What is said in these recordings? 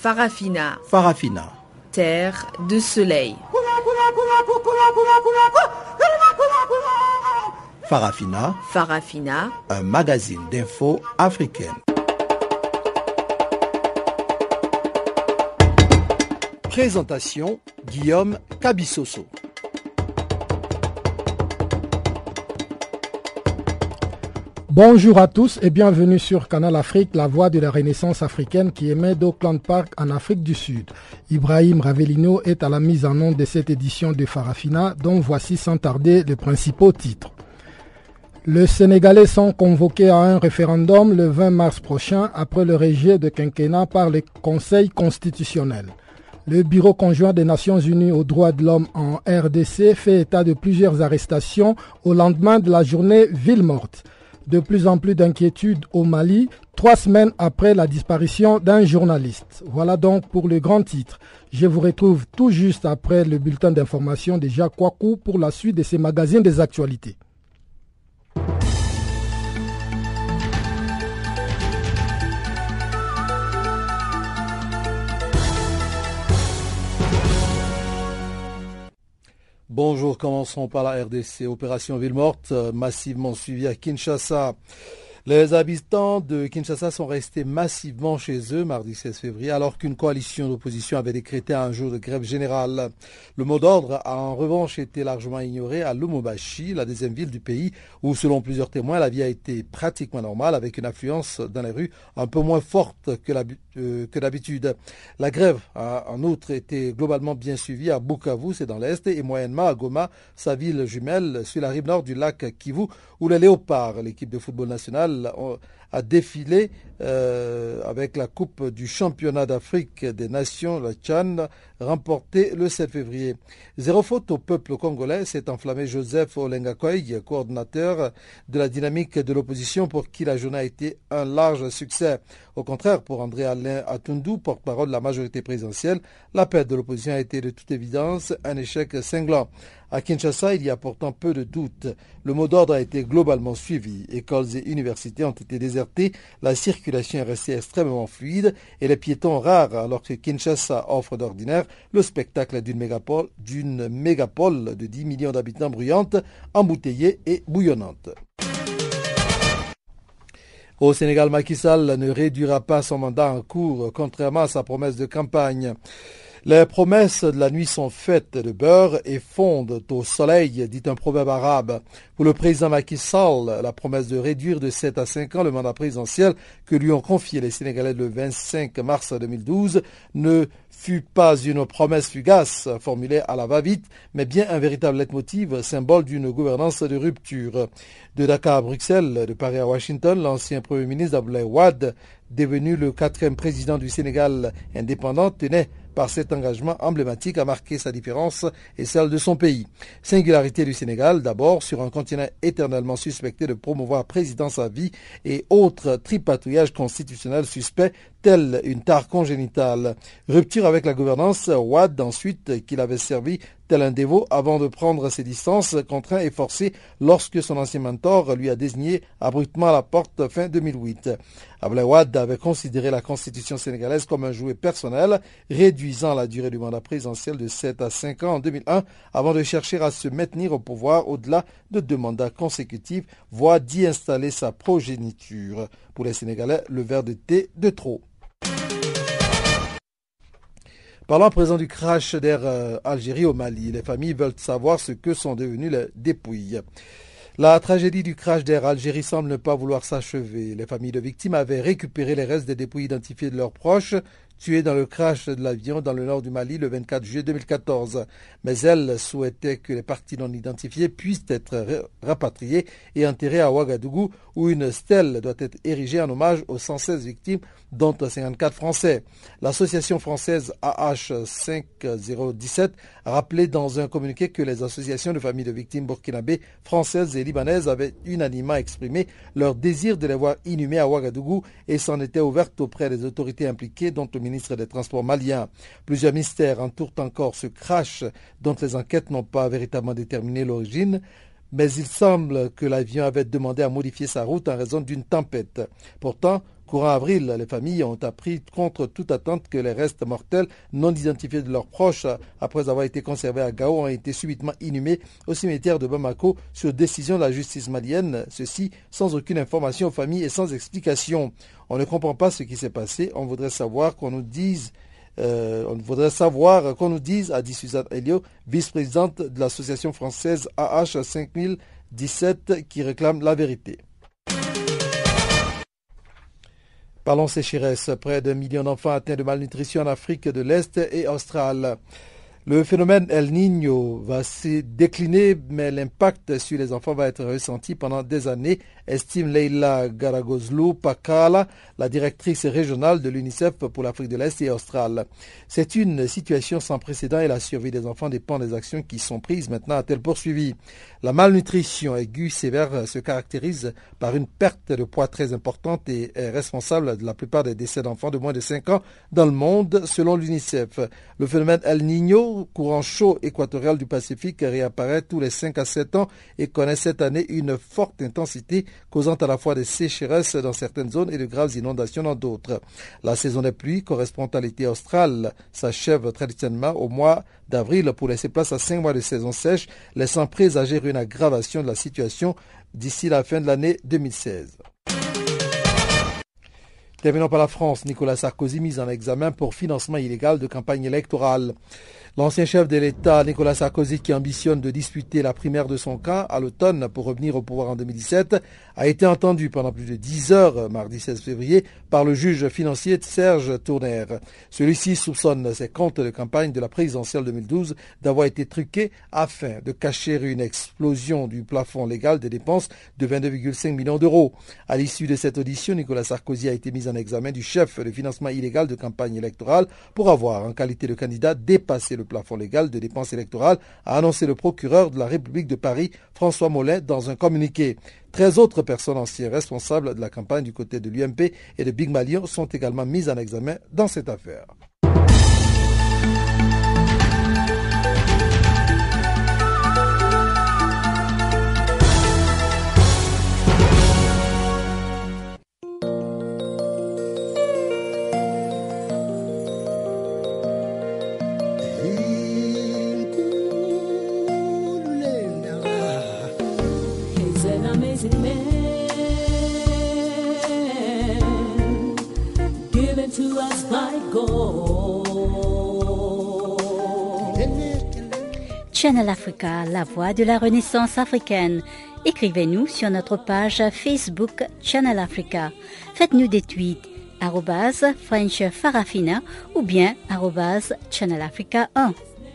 Farafina. Farafina. Terre de soleil. Farafina. Farafina. Un magazine d'infos africaine. Présentation Guillaume Kabissoso. Bonjour à tous et bienvenue sur Canal Afrique, la voix de la Renaissance africaine qui émet d'Auckland Park en Afrique du Sud. Ibrahim Ravelino est à la mise en onde de cette édition de Farafina, dont voici sans tarder les principaux titres. Les Sénégalais sont convoqués à un référendum le 20 mars prochain après le rejet de quinquennat par le Conseil constitutionnel. Le Bureau conjoint des Nations Unies aux droits de l'homme en RDC fait état de plusieurs arrestations au lendemain de la journée Ville morte. De plus en plus d'inquiétudes au Mali, 3 semaines après la disparition d'un journaliste. Voilà donc pour le grand titre. Je vous retrouve tout juste après le bulletin d'information de Jacques Kouakou pour la suite de ces magazines des actualités. Bonjour, commençons par la RDC. Opération Ville morte, massivement suivie à Kinshasa. Les habitants de Kinshasa sont restés massivement chez eux mardi 16 février alors qu'une coalition d'opposition avait décrété un jour de grève générale. Le mot d'ordre a en revanche été largement ignoré à Lubumbashi, la deuxième ville du pays où selon plusieurs témoins la vie a été pratiquement normale avec une affluence dans les rues un peu moins forte que d'habitude. La grève a en outre été globalement bien suivie à Bukavu, c'est dans l'est, et moyennement à Goma, sa ville jumelle sur la rive nord du lac Kivu où les Léopards, l'équipe de football national, a défilé avec la Coupe du championnat d'Afrique des Nations, la Tchad, remportée le 7 février. Zéro faute au peuple congolais, s'est enflammé Joseph Olengakoy, coordinateur de la dynamique de l'opposition pour qui la journée a été un large succès. Au contraire, pour André Alain Atundu, porte-parole de la majorité présidentielle, la perte de l'opposition a été de toute évidence un échec cinglant. À Kinshasa, il y a pourtant peu de doutes. Le mot d'ordre a été globalement suivi. Écoles et universités ont été désertées, la circulation est restée extrêmement fluide et les piétons rares alors que Kinshasa offre d'ordinaire le spectacle d'une mégapole de 10 millions d'habitants bruyante, embouteillée et bouillonnante. Au Sénégal, Macky Sall ne réduira pas son mandat en cours, contrairement à sa promesse de campagne. Les promesses de la nuit sont faites de beurre et fondent au soleil, dit un proverbe arabe. Pour le président Macky Sall, la promesse de réduire de 7 à 5 ans le mandat présidentiel que lui ont confié les Sénégalais le 25 mars 2012 ne fut pas une promesse fugace formulée à la va-vite, mais bien un véritable leitmotiv, symbole d'une gouvernance de rupture. De Dakar à Bruxelles, de Paris à Washington, l'ancien Premier ministre Abdoulaye Wade, devenu le 4e président du Sénégal indépendant, tenait par cet engagement emblématique à marquer sa différence et celle de son pays. Singularité du Sénégal, d'abord, sur un continent éternellement suspecté de promouvoir présidence à vie et autres tripatouillages constitutionnels suspects, telle une tare congénitale. Rupture avec la gouvernance, Wade ensuite, qu'il avait servi tel un dévot avant de prendre ses distances, contraint et forcé lorsque son ancien mentor lui a désigné abruptement à la porte fin 2008. Abdoulaye Wade avait considéré la constitution sénégalaise comme un jouet personnel, réduisant la durée du mandat présidentiel de 7 à 5 ans en 2001 avant de chercher à se maintenir au pouvoir au-delà de 2 mandats consécutifs, voire d'y installer sa progéniture. Pour les Sénégalais, le verre de thé de trop. Parlons à présent du crash d'Air Algérie au Mali. Les familles veulent savoir ce que sont devenues les dépouilles. La tragédie du crash d'Air Algérie semble ne pas vouloir s'achever. Les familles de victimes avaient récupéré les restes des dépouilles identifiées de leurs proches, tués dans le crash de l'avion dans le nord du Mali le 24 juillet 2014. Mais elles souhaitaient que les parties non identifiées puissent être rapatriées et enterrées à Ouagadougou, où une stèle doit être érigée en hommage aux 116 victimes, dont 54 Français. L'association française AH5017 a rappelé dans un communiqué que les associations de familles de victimes burkinabées, françaises et libanaises avaient unanimement exprimé leur désir de les voir inhumés à Ouagadougou et s'en étaient ouvertes auprès des autorités impliquées, dont le ministre des Transports malien. Plusieurs mystères entourent encore ce crash dont les enquêtes n'ont pas véritablement déterminé l'origine, mais il semble que l'avion avait demandé à modifier sa route en raison d'une tempête. Pourtant, Courant avril, les familles ont appris contre toute attente que les restes mortels non identifiés de leurs proches, après avoir été conservés à Gao, ont été subitement inhumés au cimetière de Bamako sur décision de la justice malienne, ceci sans aucune information aux familles et sans explication. On ne comprend pas ce qui s'est passé, on voudrait savoir qu'on nous dise a dit Suzanne Elio, vice-présidente de l'association française AH 5017, qui réclame la vérité. Parlons sécheresse. Près d'1 million d'enfants atteints de malnutrition en Afrique de l'Est et australe. Le phénomène El Niño va se décliner, mais l'impact sur les enfants va être ressenti pendant des années, estime Leila Garagozlou Pakala, la directrice régionale de l'UNICEF pour l'Afrique de l'Est et australe. C'est une situation sans précédent et la survie des enfants dépend des actions qui sont prises, maintenant a-t-elle poursuivi. La malnutrition aiguë sévère se caractérise par une perte de poids très importante et est responsable de la plupart des décès d'enfants de moins de 5 ans dans le monde, selon l'UNICEF. Le phénomène El Niño, courant chaud équatorial du Pacifique, réapparaît tous les 5 à 7 ans et connaît cette année une forte intensité, causant à la fois des sécheresses dans certaines zones et de graves inondations dans d'autres. La saison des pluies, correspondant à l'été austral, s'achève traditionnellement au mois d'avril pour laisser place à 5 mois de saison sèche, laissant présager une aggravation de la situation d'ici la fin de l'année 2016. Terminons par la France. Nicolas Sarkozy mis en examen pour financement illégal de campagne électorale. L'ancien chef de l'État, Nicolas Sarkozy, qui ambitionne de disputer la primaire de son camp à l'automne pour revenir au pouvoir en 2017, a été entendu pendant plus de 10 heures, mardi 16 février, par le juge financier Serge Tournaire. Celui-ci soupçonne ses comptes de campagne de la présidentielle 2012 d'avoir été truqués afin de cacher une explosion du plafond légal des dépenses de 22,5 millions d'euros. À l'issue de cette audition, Nicolas Sarkozy a été mis en examen du chef de financement illégal de campagne électorale pour avoir, en qualité de candidat, dépassé le plafond légal de dépenses électorales, a annoncé le procureur de la République de Paris, François Mollet, dans un communiqué. 13 autres personnes anciennes responsables de la campagne du côté de l'UMP et de Big Malion sont également mises en examen dans cette affaire. Channel Africa, la voix de la Renaissance africaine. Écrivez-nous sur notre page Facebook Channel Africa. Faites-nous des tweets @French Farafina ou bien @Channel Africa 1.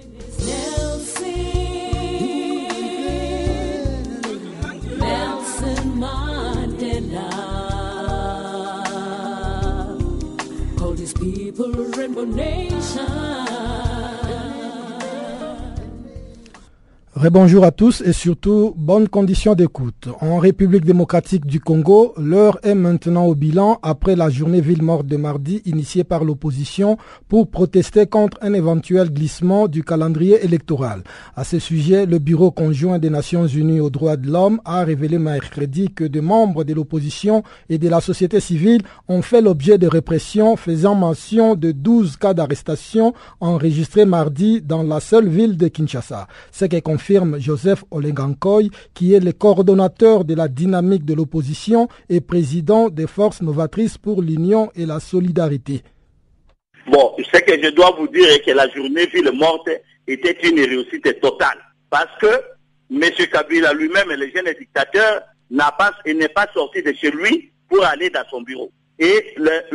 Rebonjour à tous et surtout, bonnes conditions d'écoute. En République démocratique du Congo, l'heure est maintenant au bilan après la journée ville morte de mardi initiée par l'opposition pour protester contre un éventuel glissement du calendrier électoral. À ce sujet, le Bureau conjoint des Nations Unies aux droits de l'homme a révélé mercredi que des membres de l'opposition et de la société civile ont fait l'objet de répression, faisant mention de 12 cas d'arrestation enregistrés mardi dans la seule ville de Kinshasa. Ce qui confirme Joseph Olengankoy, qui est le coordonnateur de la dynamique de l'opposition et président des forces novatrices pour l'union et la solidarité. Bon, ce que je dois vous dire est que la journée ville morte était une réussite totale. Parce que M. Kabila lui-même, le jeune dictateur, n'est pas sorti de chez lui pour aller dans son bureau. Et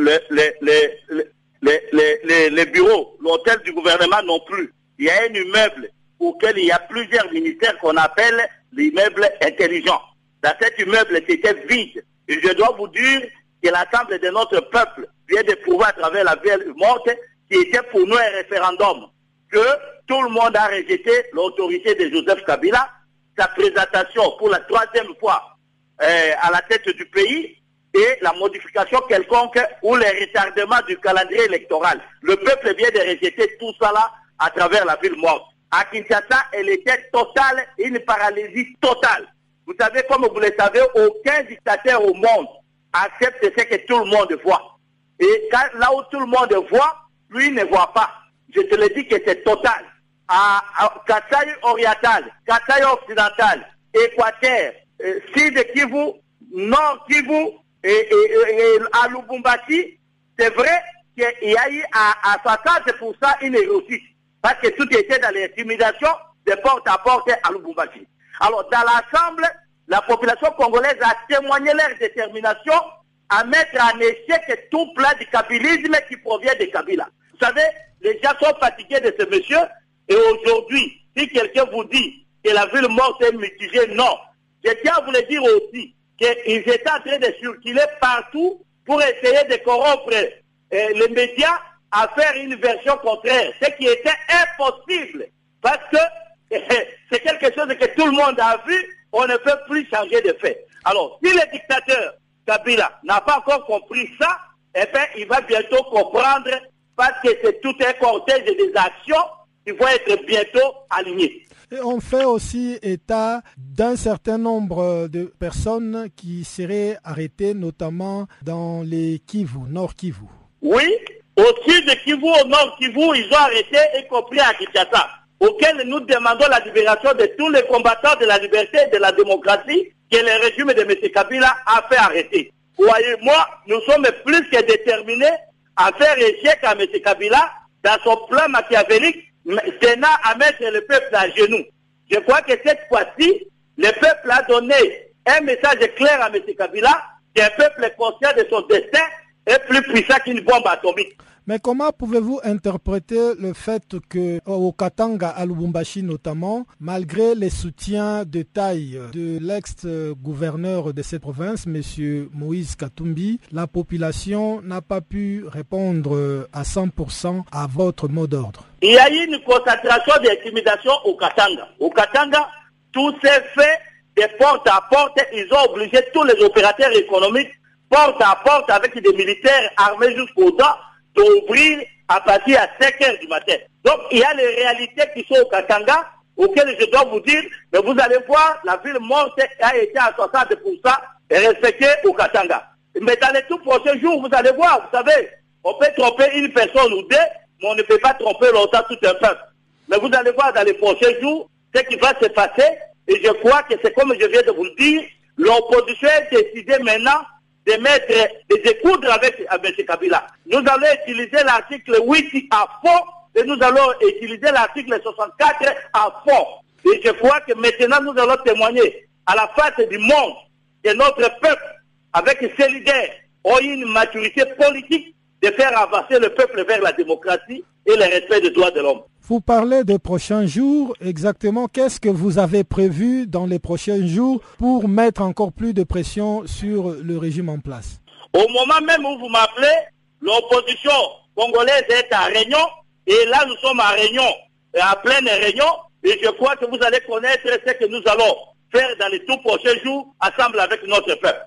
les bureaux, l'hôtel du gouvernement non plus. Il y a un immeuble auquel il y a plusieurs ministères qu'on appelle l'immeuble intelligent. Dans cet immeuble, c'était vide. Et je dois vous dire que l'Assemblée de notre peuple vient de prouver à travers la ville morte qui était pour nous un référendum, que tout le monde a rejeté l'autorité de Joseph Kabila, sa présentation pour la 3e fois à la tête du pays et la modification quelconque ou le retardement du calendrier électoral. Le peuple vient de rejeter tout ça là à travers la ville morte. À Kinshasa, elle était totale, une paralysie totale. Vous savez, comme vous le savez, aucun dictateur au monde accepte ce que tout le monde voit. Et là où tout le monde voit, lui ne voit pas. Je te le dis que c'est total. À Kasaï oriental, Kasaï occidental, Équateur, Sud Kivu, Nord Kivu et à Lubumbashi, c'est vrai qu'il y a eu à 60% une réussite. Parce que tout était dans l'intimidation de porte à porte à Lubumbashi. Alors, dans l'ensemble, la population congolaise a témoigné leur détermination à mettre en échec tout plan du kabylisme qui provient de Kabila. Vous savez, les gens sont fatigués de ce monsieur. Et aujourd'hui, si quelqu'un vous dit que la ville morte est mitigée, non. Je tiens à vous le dire aussi qu'ils étaient en train de circuler partout pour essayer de corrompre les médias à faire une version contraire, ce qui était impossible. Parce que c'est quelque chose que tout le monde a vu, on ne peut plus changer de fait. Alors, si le dictateur Kabila n'a pas encore compris ça, eh bien, il va bientôt comprendre parce que c'est tout un cortège des actions qui vont être bientôt alignés. Et on fait aussi état d'un certain nombre de personnes qui seraient arrêtées, notamment dans les Kivu, Nord Kivu. Oui, au sud de Kivu, au Nord Kivu, ils ont arrêté, y compris à Kinshasa, auquel nous demandons la libération de tous les combattants de la liberté et de la démocratie que le régime de M. Kabila a fait arrêter. Voyez-moi, nous sommes plus que déterminés à faire échec à M. Kabila dans son plan machiavélique, tenant à mettre le peuple à genoux. Je crois que cette fois-ci, le peuple a donné un message clair à M. Kabila, qu'un peuple conscient de son destin est plus puissant qu'une bombe atomique. Mais comment pouvez-vous interpréter le fait qu'au Katanga, à Lubumbashi notamment, malgré les soutiens de taille de l'ex-gouverneur de cette province, M. Moïse Katumbi, la population n'a pas pu répondre à 100% à votre mot d'ordre? Il y a eu une concentration d'intimidation au Katanga. Au Katanga, tout s'est fait de porte à porte. Ils ont obligé tous les opérateurs économiques, porte à porte, avec des militaires armés jusqu'aux dents, d'ouvrir à partir à 5 heures du matin. Donc, il y a les réalités qui sont au Katanga, auxquelles je dois vous dire, mais vous allez voir, la ville morte a été à 60% respectée au Katanga. Mais dans les tout prochains jours, vous allez voir, vous savez, on peut tromper une personne ou deux, mais on ne peut pas tromper longtemps tout un peuple. Mais vous allez voir dans les prochains jours ce qui va se passer, et je crois que c'est comme je viens de vous le dire, l'opposition a décidé maintenant de découdre avec M. Kabila. Nous allons utiliser l'article 8 à fond et nous allons utiliser l'article 64 à fond. Et je crois que maintenant nous allons témoigner à la face du monde que notre peuple, avec ses leaders, ont une maturité politique de faire avancer le peuple vers la démocratie et le respect des droits de l'homme. Vous parlez des prochains jours. Exactement, qu'est-ce que vous avez prévu dans les prochains jours pour mettre encore plus de pression sur le régime en place? Au moment même où vous m'appelez, l'opposition congolaise est en réunion. Et là, nous sommes en réunion, en pleine réunion. Et je crois que vous allez connaître ce que nous allons faire dans les tout prochains jours, ensemble avec notre peuple.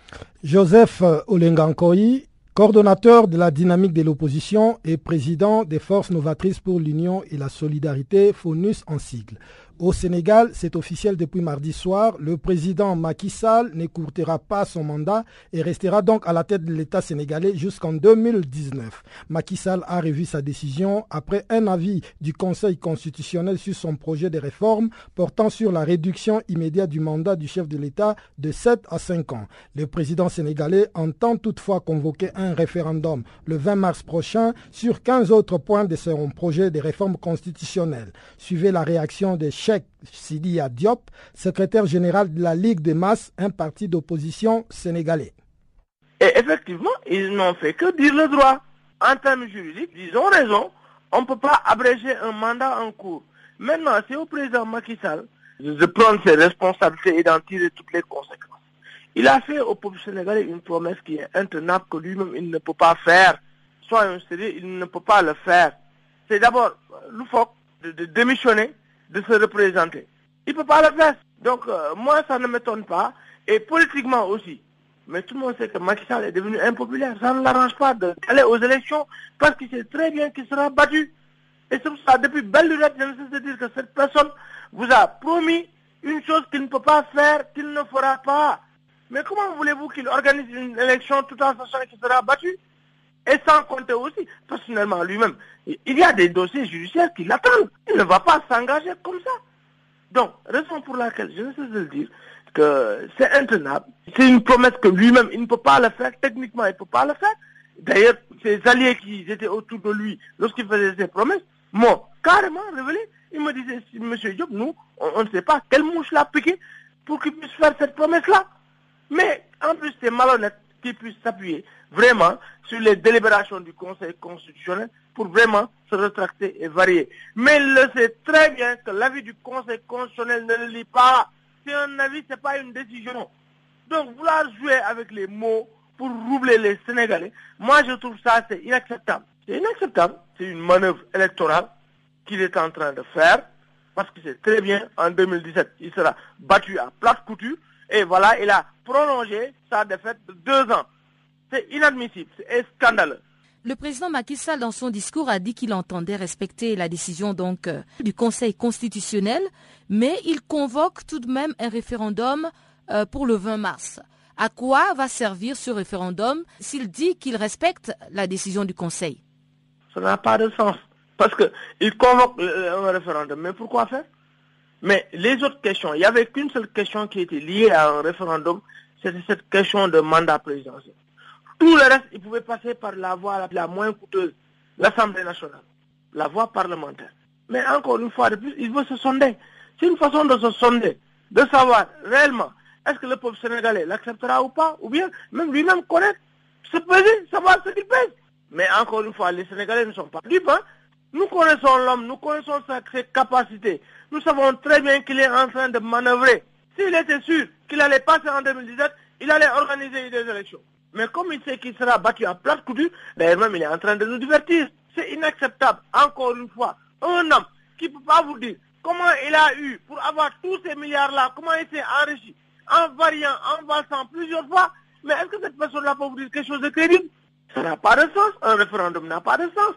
Joseph Olengankoy, coordonnateur de la dynamique de l'opposition et président des Forces novatrices pour l'Union et la Solidarité, FONUS en sigle. Au Sénégal, c'est officiel depuis mardi soir, le président Macky Sall n'écourtera pas son mandat et restera donc à la tête de l'État sénégalais jusqu'en 2019. Macky Sall a revu sa décision après un avis du Conseil constitutionnel sur son projet de réforme portant sur la réduction immédiate du mandat du chef de l'État de 7 à 5 ans. Le président sénégalais entend toutefois convoquer un référendum le 20 mars prochain sur 15 autres points de son projet de réforme constitutionnelle. Suivez la réaction de Cheikh Sidiya Diop, secrétaire général de la Ligue des masses, un parti d'opposition sénégalais. Et effectivement, ils n'ont fait que dire le droit. En termes juridiques, ils ont raison. On ne peut pas abréger un mandat en cours. Maintenant, c'est au président Macky Sall de prendre ses responsabilités et d'en tirer toutes les conséquences. Il a fait au peuple sénégalais une promesse qui est intenable, que lui-même il ne peut pas faire. Soyons sérieux, il ne peut pas le faire. C'est d'abord loufoque de démissionner, de se représenter. Il ne peut pas le faire. Donc, moi, ça ne m'étonne pas. Et politiquement aussi. Mais tout le monde sait que Macky Sall est devenu impopulaire. Ça ne l'arrange pas d'aller aux élections parce qu'il sait très bien qu'il sera battu. Et c'est pour ça, depuis belle lurette, je ne sais de dire que cette personne vous a promis une chose qu'il ne peut pas faire, qu'il ne fera pas. Mais comment voulez-vous qu'il organise une élection tout en sachant qu'il sera battu? Et sans compter aussi, personnellement, lui-même, il y a des dossiers judiciaires qui l'attendent. Il ne va pas s'engager comme ça. Donc, raison pour laquelle je ne sais de le dire que c'est intenable. C'est une promesse que lui-même, il ne peut pas le faire. Techniquement, il ne peut pas le faire. D'ailleurs, ses alliés qui étaient autour de lui, lorsqu'il faisait ses promesses, m'ont carrément révélé. Il me disait, Monsieur Diop, nous, on ne sait pas quelle mouche l'a piqué pour qu'il puisse faire cette promesse-là. Mais, en plus, c'est malhonnête qu'il puisse s'appuyer vraiment sur les délibérations du Conseil constitutionnel pour vraiment se rétracter et varier. Mais il le sait très bien que l'avis du Conseil constitutionnel ne le lit pas. C'est un avis, ce n'est pas une décision. Donc, vouloir jouer avec les mots pour roubler les Sénégalais, moi je trouve ça c'est inacceptable. C'est inacceptable. C'est une manœuvre électorale qu'il est en train de faire parce que c'est très bien, en 2017, il sera battu à plate couture et voilà, il a prolongé sa défaite de 2 ans. C'est inadmissible, c'est scandaleux. Le président Macky Sall, dans son discours, a dit qu'il entendait respecter la décision du Conseil constitutionnel, mais il convoque tout de même un référendum pour le 20 mars. À quoi va servir ce référendum s'il dit qu'il respecte la décision du Conseil? Ça n'a pas de sens. Parce qu'il convoque un référendum. Mais pourquoi faire? Mais les autres questions, il n'y avait qu'une seule question qui était liée à un référendum, c'était cette question de mandat présidentiel. Tout le reste, il pouvait passer par la voie la moins coûteuse, l'Assemblée nationale, la voie parlementaire. Mais encore une fois de plus, il veut se sonder. C'est une façon de se sonder, de savoir réellement est-ce que le peuple sénégalais l'acceptera ou pas, ou bien même lui-même connaître, se peser, savoir ce qu'il pèse. Mais encore une fois, les Sénégalais ne sont pas dupes. Hein. Nous connaissons l'homme, nous connaissons ses capacités. Nous savons très bien qu'il est en train de manœuvrer. S'il était sûr qu'il allait passer en 2017, il allait organiser des élections. Mais comme il sait qu'il sera battu à plate couture, d'ailleurs même il est en train de nous divertir. C'est inacceptable, encore une fois. Un homme qui ne peut pas vous dire comment il a eu pour avoir tous ces milliards-là, comment il s'est enrichi, en variant, en valsant plusieurs fois. Mais est-ce que cette personne-là peut vous dire quelque chose de crédible? Ça n'a pas de sens. Un référendum n'a pas de sens.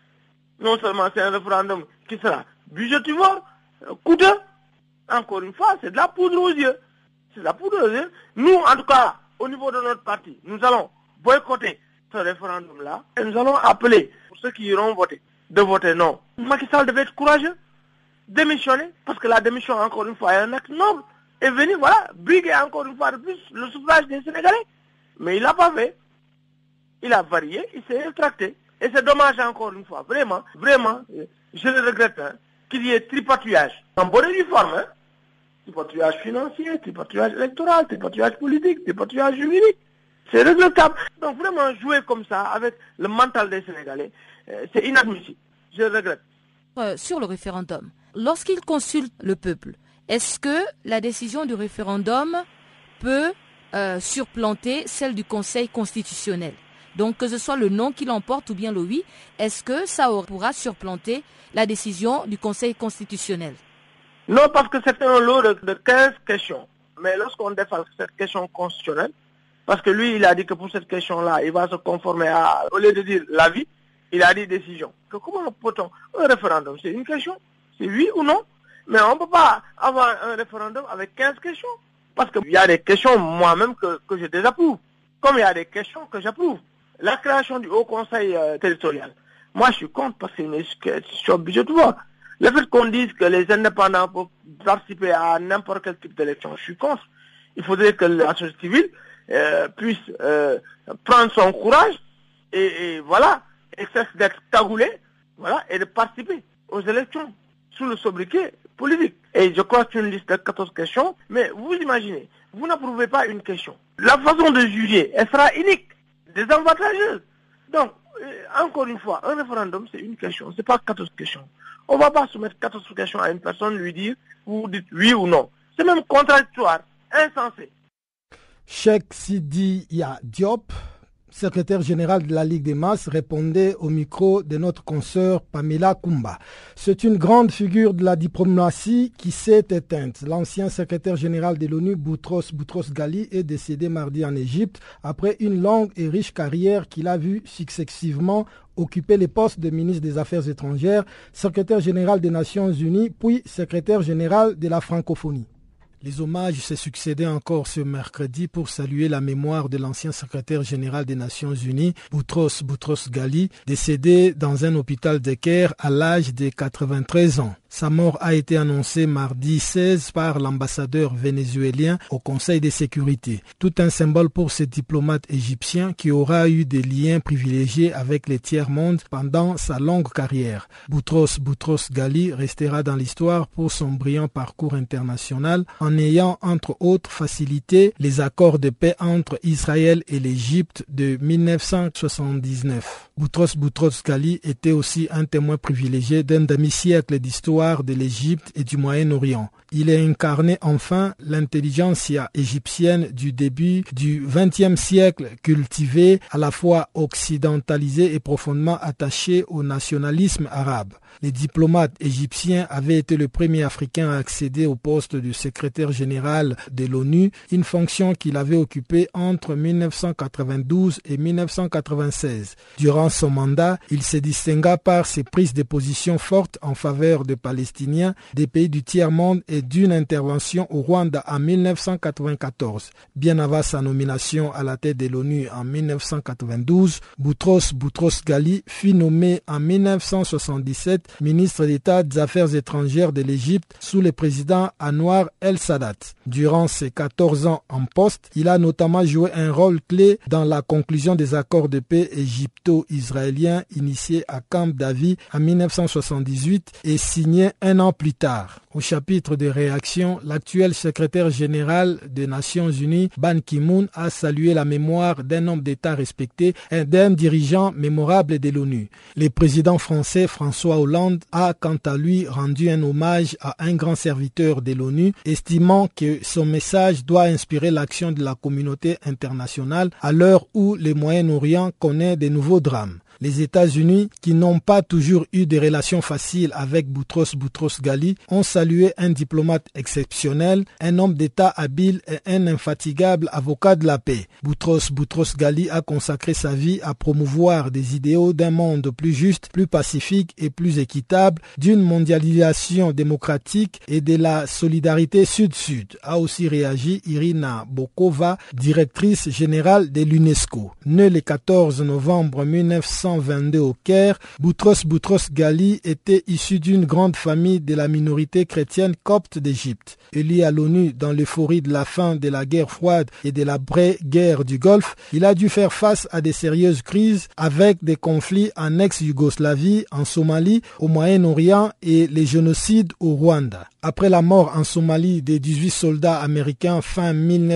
Non seulement c'est un référendum qui sera budgétivore, coûteux. Encore une fois, c'est de la poudre aux yeux. C'est de la poudre aux yeux. Nous, en tout cas, au niveau de notre parti, nous allons boycotter ce référendum-là et nous allons appeler, pour ceux qui iront voter, de voter non. Macky Sall devait être courageux, démissionner, parce que la démission, encore une fois, est un acte noble. Et venir, voilà, briguer encore une fois de plus le suffrage des Sénégalais. Mais il n'a pas fait. Il a varié, il s'est rétracté. Et c'est dommage encore une fois, vraiment, vraiment, je le regrette, hein, qu'il y ait tripatouillage. En bonne et due forme, hein. Tripatouillage financier, tripatouillage électoral, tripatouillage politique, tripatouillage juridique. C'est regrettable. Donc vraiment, jouer comme ça, avec le mental des Sénégalais, c'est inadmissible. Je le regrette. Sur le référendum, lorsqu'il consulte le peuple, est-ce que la décision du référendum peut surplanter celle du Conseil constitutionnel? Donc que ce soit le non qui l'emporte ou bien le oui, est-ce que ça pourra surplanter la décision du Conseil constitutionnel? Non, parce que c'est un lot de 15 questions. Mais lorsqu'on défend cette question constitutionnelle, parce que lui, il a dit que pour cette question-là, il va se conformer à, au lieu de dire l'avis, il a dit décision. Que comment peut-on? Un référendum, c'est une question. C'est oui ou non. Mais on ne peut pas avoir un référendum avec 15 questions. Parce qu'il y a des questions, moi-même, que je désapprouve. Comme il y a des questions que j'approuve. La création du Haut Conseil territorial. Moi, je suis contre parce que c'est une institution budgétivore. Le fait qu'on dise que les indépendants peuvent participer à n'importe quel type d'élection, je suis contre. Il faudrait que la société civile puisse prendre son courage et voilà, et cesse d'être cagoulé, voilà, et de participer aux élections sous le sobriquet politique. Et je crois que c'est une liste de 14 questions, mais vous imaginez, vous n'approuvez pas une question. La façon de juger, elle sera unique, désavantageuse. Donc, encore une fois, un référendum, c'est une question, c'est pas 14 questions. On ne va pas soumettre 14 questions à une personne, lui dire, vous dites oui ou non. C'est même contradictoire, insensé. Cheikh Sidi Ya Diop, secrétaire général de la Ligue des Masses, répondait au micro de notre consoeur Pamela Kumba. C'est une grande figure de la diplomatie qui s'est éteinte. L'ancien secrétaire général de l'ONU, Boutros Ghali, est décédé mardi en Égypte après une longue et riche carrière qu'il a vue successivement occuper les postes de ministre des Affaires étrangères, secrétaire général des Nations Unies, puis secrétaire général de la francophonie. Les hommages se succédaient encore ce mercredi pour saluer la mémoire de l'ancien secrétaire général des Nations Unies, Boutros Boutros-Ghali, décédé dans un hôpital de Caire à l'âge de 93 ans. Sa mort a été annoncée mardi 16 par l'ambassadeur vénézuélien au Conseil de sécurité. Tout un symbole pour ce diplomate égyptien qui aura eu des liens privilégiés avec les tiers-mondes pendant sa longue carrière. Boutros Boutros-Ghali restera dans l'histoire pour son brillant parcours international en ayant entre autres facilité les accords de paix entre Israël et l'Égypte de 1979. Boutros Boutros-Ghali était aussi un témoin privilégié d'un demi-siècle d'histoire de l'Égypte et du Moyen-Orient. Il a incarné enfin l'intelligentsia égyptienne du début du XXe siècle, cultivée, à la fois occidentalisée et profondément attachée au nationalisme arabe. Les diplomates égyptiens avaient été le premier Africain à accéder au poste de secrétaire général de l'ONU, une fonction qu'il avait occupée entre 1992 et 1996. Durant son mandat, il se distingua par ses prises de position fortes en faveur des Palestiniens, des pays du tiers-monde et d'une intervention au Rwanda en 1994. Bien avant sa nomination à la tête de l'ONU en 1992, Boutros Boutros-Ghali fut nommé en 1977 ministre d'État des Affaires étrangères de l'Égypte sous le président Anwar el-Sadat. Durant ses 14 ans en poste, il a notamment joué un rôle clé dans la conclusion des accords de paix égypto-israéliens initiés à Camp David en 1978 et signés un an plus tard. Au chapitre de réaction, l'actuel secrétaire général des Nations Unies, Ban Ki-moon, a salué la mémoire d'un homme d'État respecté et d'un dirigeant mémorable de l'ONU. Le président français François Hollande a quant à lui rendu un hommage à un grand serviteur de l'ONU, estimant que son message doit inspirer l'action de la communauté internationale à l'heure où le Moyen-Orient connaît de nouveaux drames. Les États-Unis, qui n'ont pas toujours eu des relations faciles avec Boutros Boutros-Ghali, ont salué un diplomate exceptionnel, un homme d'État habile et un infatigable avocat de la paix. Boutros Boutros-Ghali a consacré sa vie à promouvoir des idéaux d'un monde plus juste, plus pacifique et plus équitable, d'une mondialisation démocratique et de la solidarité sud-sud. A aussi réagi Irina Bokova, directrice générale de l'UNESCO. Né le 14 novembre 1922 au Caire, Boutros Boutros-Ghali était issu d'une grande famille de la minorité chrétienne copte d'Égypte. Élu à l'ONU dans l'euphorie de la fin de la guerre froide et de la guerre du Golfe, il a dû faire face à de sérieuses crises avec des conflits en ex-Yougoslavie, en Somalie, au Moyen-Orient et les génocides au Rwanda. Après la mort en Somalie des 18 soldats américains fin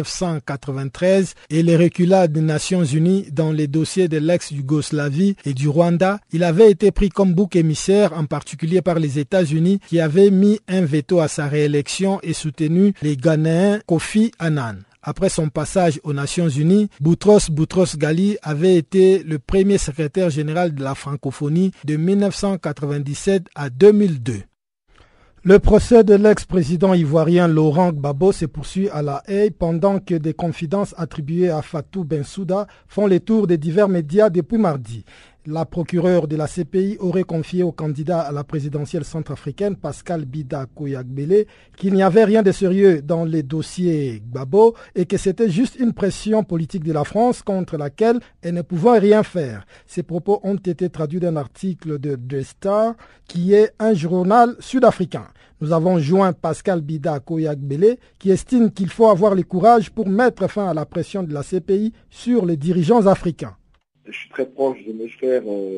1993 et les reculades des Nations Unies dans les dossiers de l'ex-Yougoslavie et du Rwanda, il avait été pris comme bouc émissaire, en particulier par les États-Unis qui avaient mis un veto à sa réélection et soutenu les Ghanéens Kofi Annan. Après son passage aux Nations Unies, Boutros Boutros-Ghali avait été le premier secrétaire général de la francophonie de 1997 à 2002. Le procès de l'ex-président ivoirien Laurent Gbagbo se poursuit à La Haye pendant que des confidences attribuées à Fatou Bensouda font les tours des divers médias depuis mardi. La procureure de la CPI aurait confié au candidat à la présidentielle centrafricaine, Pascal Bida Koyagbele, qu'il n'y avait rien de sérieux dans les dossiers Gbagbo et que c'était juste une pression politique de la France contre laquelle elle ne pouvait rien faire. Ces propos ont été traduits d'un article de The Star, qui est un journal sud-africain. Nous avons joint Pascal Bida Koyagbele, qui estime qu'il faut avoir le courage pour mettre fin à la pression de la CPI sur les dirigeants africains. Je suis très proche de mes frères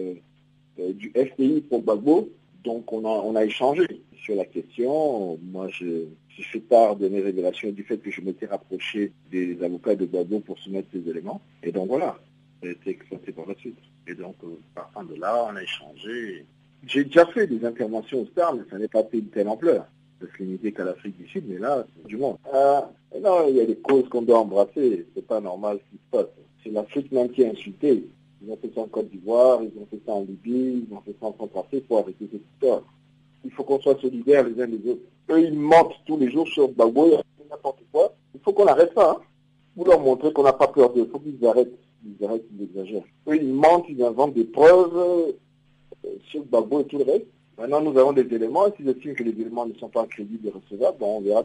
du FPI pour Gbagbo, donc on a échangé sur la question. Moi, je fais part de mes révélations et du fait que je m'étais rapproché des avocats de Gbagbo pour soumettre ces éléments. Et donc voilà, j'ai été exploité par la suite. Et donc, partant de là, on a échangé. J'ai déjà fait des interventions au Star, mais ça n'est pas pris de telle ampleur. Ça se limitait qu'à l'Afrique du Sud, mais là, c'est du monde. Non, il y a des causes qu'on doit embrasser. C'est pas normal ce qui se passe. C'est l'Afrique même qui est insultée. Ils ont fait ça en Côte d'Ivoire, ils ont fait ça en Libye, ils ont fait ça en Centrafrique pour arrêter cette histoire. Il faut qu'on soit solidaires les uns les autres. Eux, ils mentent tous les jours sur Gbagbo, n'importe quoi. Il faut qu'on arrête ça. Pour leur montrer qu'on n'a pas peur d'eux. Il faut qu'ils arrêtent. Ils exagèrent. Eux, ils mentent, ils inventent des preuves sur Gbagbo et tout le reste. Maintenant, nous avons des éléments. Et s'ils estiment que les éléments ne sont pas crédibles et recevables, on verra bien.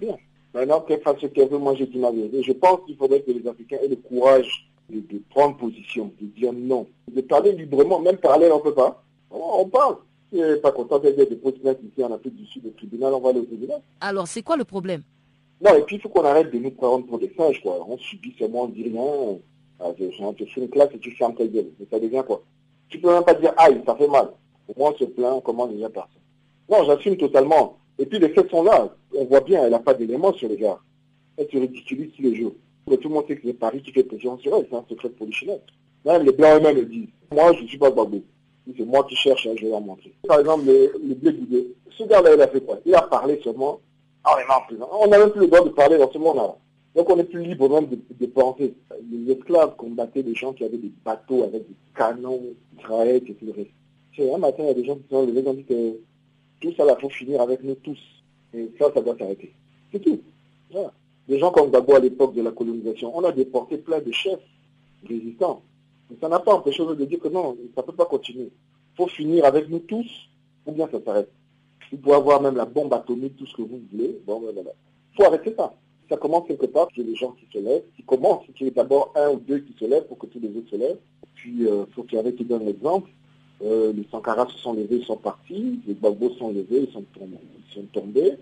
Maintenant, qu'elle fasse ce qu'elle veut, moi j'ai dit ma vérité. Je pense qu'il faudrait que les Africains aient le courage de prendre position, de dire non, de parler librement, même parler on ne peut pas. On parle. Si elle n'est pas content qu'elle dépose plainte ici en Afrique du Sud au tribunal, on va aller au tribunal. Alors, c'est quoi le problème? Non, et puis il faut qu'on arrête de nous prendre pour des sages, quoi. On subit seulement, on dit rien. On te fait une classe et tu fermes ta gueule. Mais ça devient quoi? Tu peux même pas dire aïe, ça fait mal. Au moins on se plaint, on commence déjà par ça. Non, j'assume totalement. Et puis les faits sont là. On voit bien, elle n'a pas d'éléments sur les gars. Elle se ridiculise tous les jours. Mais tout le monde sait que c'est Paris qui fait pression sur elle, c'est un secret de polichinelle. Même les Blancs eux-mêmes le disent. Moi, je ne suis pas Gbagbo. C'est moi qui cherche, hein, je vais leur montrer. Par exemple, le blé guidé. Ce gars-là, il a fait quoi? Il a parlé seulement. Ah, on est en prison. On n'a même plus le droit de parler dans ce monde-là. Donc on est plus libre même de penser. Les esclaves combattaient des gens qui avaient des bateaux avec des canons, des traîtres et tout le reste. Un matin, il y a des gens qui sont levés et ont dit que tout ça, là, faut finir avec nous tous. Et ça doit s'arrêter. C'est tout. Voilà. Des gens comme Gbagbo à l'époque de la colonisation, on a déporté plein de chefs résistants. Mais ça n'a pas empêché de dire que non, ça ne peut pas continuer. Il faut finir avec nous tous, ou bien ça s'arrête. Vous pouvez avoir même la bombe atomique, tout ce que vous voulez. Bon, voilà. Il faut arrêter ça. Ça commence quelque part, qu'il y ait des gens qui se lèvent, qui commencent, qu'il y ait d'abord un ou deux qui se lèvent pour que tous les autres se lèvent. Puis, il faut qu'il y en ait qui donnent l'exemple. Les Sankara se sont levés, ils sont partis. Les Gbagbo sont levés, ils sont tombés.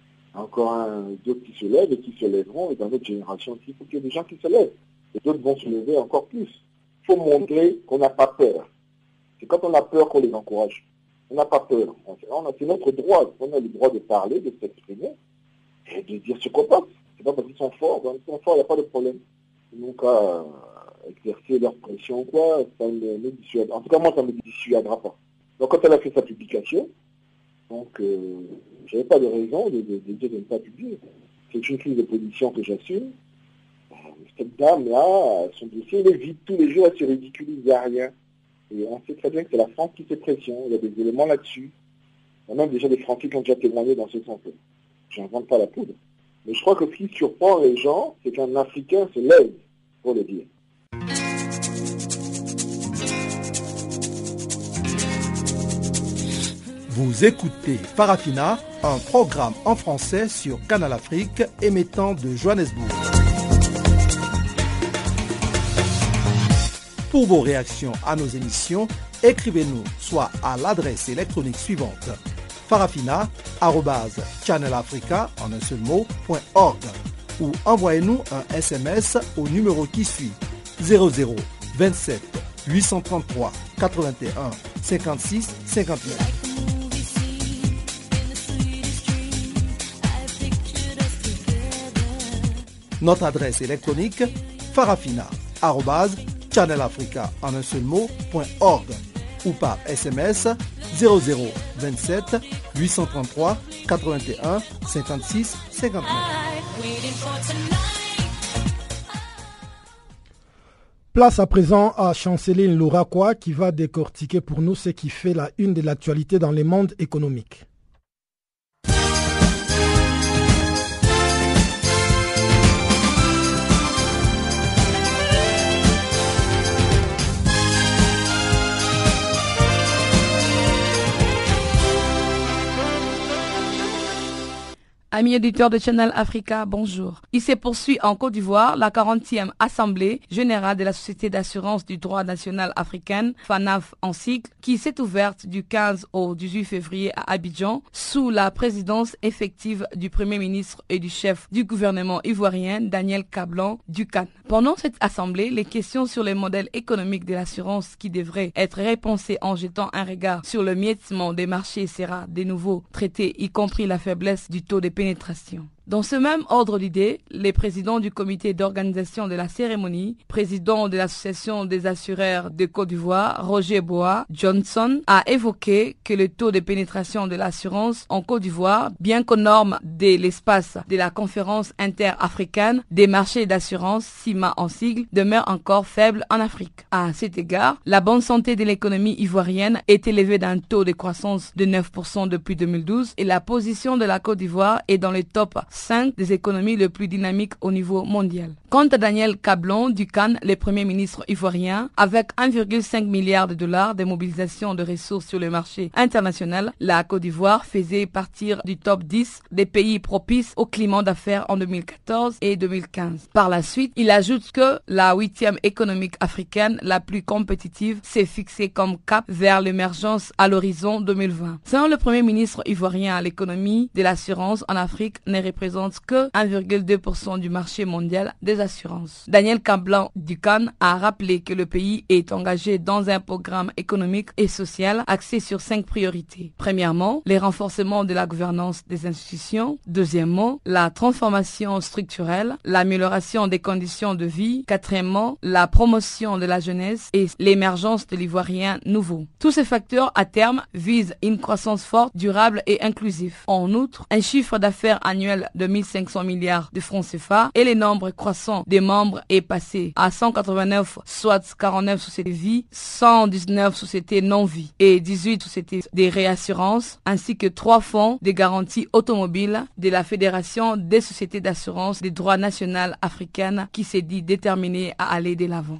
Encore d'autres qui se lèvent et qui se lèveront. Et dans notre génération aussi, il faut qu'il y ait des gens qui se lèvent. Et d'autres vont se lever encore plus. Il faut montrer qu'on n'a pas peur. C'est quand on a peur qu'on les encourage. On n'a pas peur. C'est notre droit. On a le droit de parler, de s'exprimer et de dire ce qu'on pense. C'est pas parce qu'ils sont forts. Quand ils sont forts, il n'y a pas de problème. Ils n'ont qu'à exercer leur pression ou quoi. Ça ne me dissuade. En tout cas, moi, ça ne me dissuadera pas. Donc, quand elle a fait sa publication, donc, je n'avais pas de raison de dire de ne pas publier. C'est une prise de position que j'assume. Cette dame-là, son dossier, il est vide tous les jours, elle se ridiculise, il n'y a rien. Et on sait très bien que c'est la France qui fait pression. Il y a des éléments là-dessus. Il y a même déjà des Français qui ont déjà témoigné dans ce sens-là. Je n'invente pas la poudre. Mais je crois que ce qui surprend les gens, c'est qu'un Africain se lève pour le dire. Vous écoutez Farafina, un programme en français sur Canal Afrique émettant de Johannesburg. Pour vos réactions à nos émissions, écrivez-nous soit à l'adresse électronique suivante farafina@channelafrica en un seul mot.org ou envoyez-nous un SMS au numéro qui suit 00 27 833 81 56 59. Notre adresse électronique farafina@channelafrica en un seul mot.org ou par SMS 0027 833 81 56 59. Place à présent à Chanceline Louraquois qui va décortiquer pour nous ce qui fait la une de l'actualité dans le monde économique. Amis auditeurs de Channel Africa, bonjour. Il se poursuit en Côte d'Ivoire la 40e Assemblée générale de la Société d'assurance du droit national africaine, FANAF en sigle, qui s'est ouverte du 15 au 18 février à Abidjan sous la présidence effective du Premier ministre et du chef du gouvernement ivoirien, Daniel Kablan Dukan. Pendant cette assemblée, les questions sur les modèles économiques de l'assurance qui devraient être repensés en jetant un regard sur le miettement des marchés sera de nouveau traité, y compris la faiblesse du taux de pénétration. Dans ce même ordre d'idées, les présidents du comité d'organisation de la cérémonie, président de l'association des assureurs de Côte d'Ivoire, Roger Boa Johnson, a évoqué que le taux de pénétration de l'assurance en Côte d'Ivoire, bien qu'aux normes de l'espace de la conférence interafricaine des marchés d'assurance, CIMA en sigle, demeure encore faible en Afrique. À cet égard, la bonne santé de l'économie ivoirienne est élevée d'un taux de croissance de 9% depuis 2012 et la position de la Côte d'Ivoire est dans le top 5 des économies les plus dynamiques au niveau mondial. Quant à Daniel Kablon du CAN, le premier ministre ivoirien, avec 1,5 milliard de dollars de mobilisation de ressources sur le marché international, la Côte d'Ivoire faisait partir du top 10 des pays propices au climat d'affaires en 2014 et 2015. Par la suite, il ajoute que la 8e économique africaine la plus compétitive s'est fixée comme cap vers l'émergence à l'horizon 2020. Selon le premier ministre ivoirien, l'économie de l'assurance en Afrique ne représente que 1,2% du marché mondial des assurances. Daniel Kablon du CAN a rappelé que le pays est engagé dans un programme économique et social axé sur 5 priorités. Premièrement, le renforcement de la gouvernance des institutions. Deuxièmement, la transformation structurelle, l'amélioration des conditions de vie. Quatrièmement, la promotion de la jeunesse et l'émergence de l'ivoirien nouveau. Tous ces facteurs, à terme, visent une croissance forte, durable et inclusive. En outre, un chiffre d'affaires annuel de 1500 milliards de francs CFA et le nombre croissant des membres est passé à 189, soit 49 sociétés vie, 119 sociétés non-vie et 18 sociétés de réassurance, ainsi que 3 fonds de garantie automobile de la Fédération des sociétés d'assurance des droits nationales africaines qui s'est dit déterminée à aller de l'avant.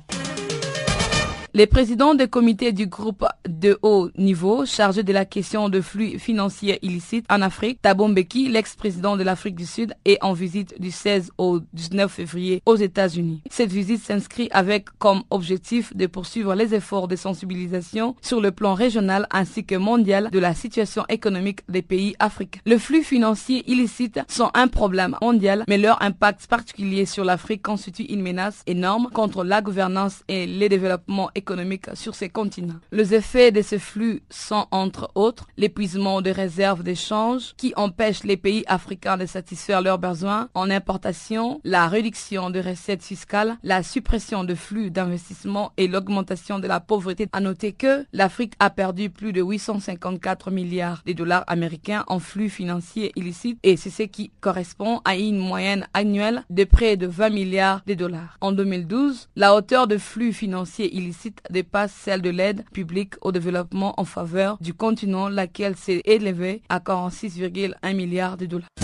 Les présidents des comités du groupe de haut niveau chargé de la question de flux financiers illicites en Afrique, Thabo Mbeki, l'ex-président de l'Afrique du Sud, est en visite du 16 au 19 février aux États-Unis. Cette visite s'inscrit avec comme objectif de poursuivre les efforts de sensibilisation sur le plan régional ainsi que mondial de la situation économique des pays africains. Les flux financiers illicites sont un problème mondial, mais leur impact particulier sur l'Afrique constitue une menace énorme contre la gouvernance et le développement économique sur ces continents. Les effets de ces flux sont entre autres l'épuisement des réserves d'échange qui empêchent les pays africains de satisfaire leurs besoins en importation, la réduction des recettes fiscales, la suppression de flux d'investissement et l'augmentation de la pauvreté. À noter que l'Afrique a perdu plus de 854 milliards de dollars américains en flux financiers illicites et c'est ce qui correspond à une moyenne annuelle de près de 20 milliards de dollars. En 2012, la hauteur de flux financiers illicites dépasse celle de l'aide publique au développement en faveur du continent, laquelle s'est élevée à 46,1 milliards de dollars.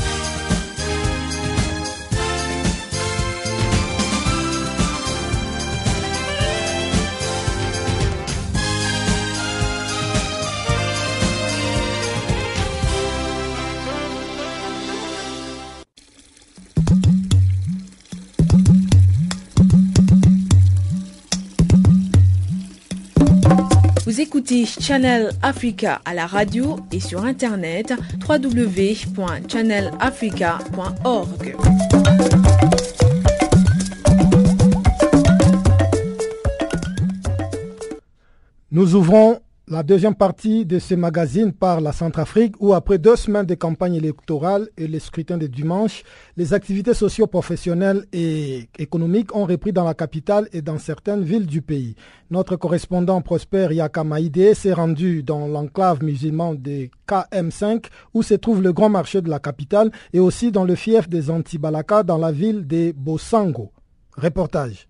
Vous écoutez Channel Africa à la radio et sur internet www.channelafrica.org. Nous ouvrons la deuxième partie de ce magazine par la Centrafrique où après 2 semaines de campagne électorale et les scrutins de dimanche, les activités socio-professionnelles et économiques ont repris dans la capitale et dans certaines villes du pays. Notre correspondant Prosper Yakamaïdé s'est rendu dans l'enclave musulmane de KM5 où se trouve le grand marché de la capitale et aussi dans le fief des Antibalaka dans la ville de Bosango. Reportage.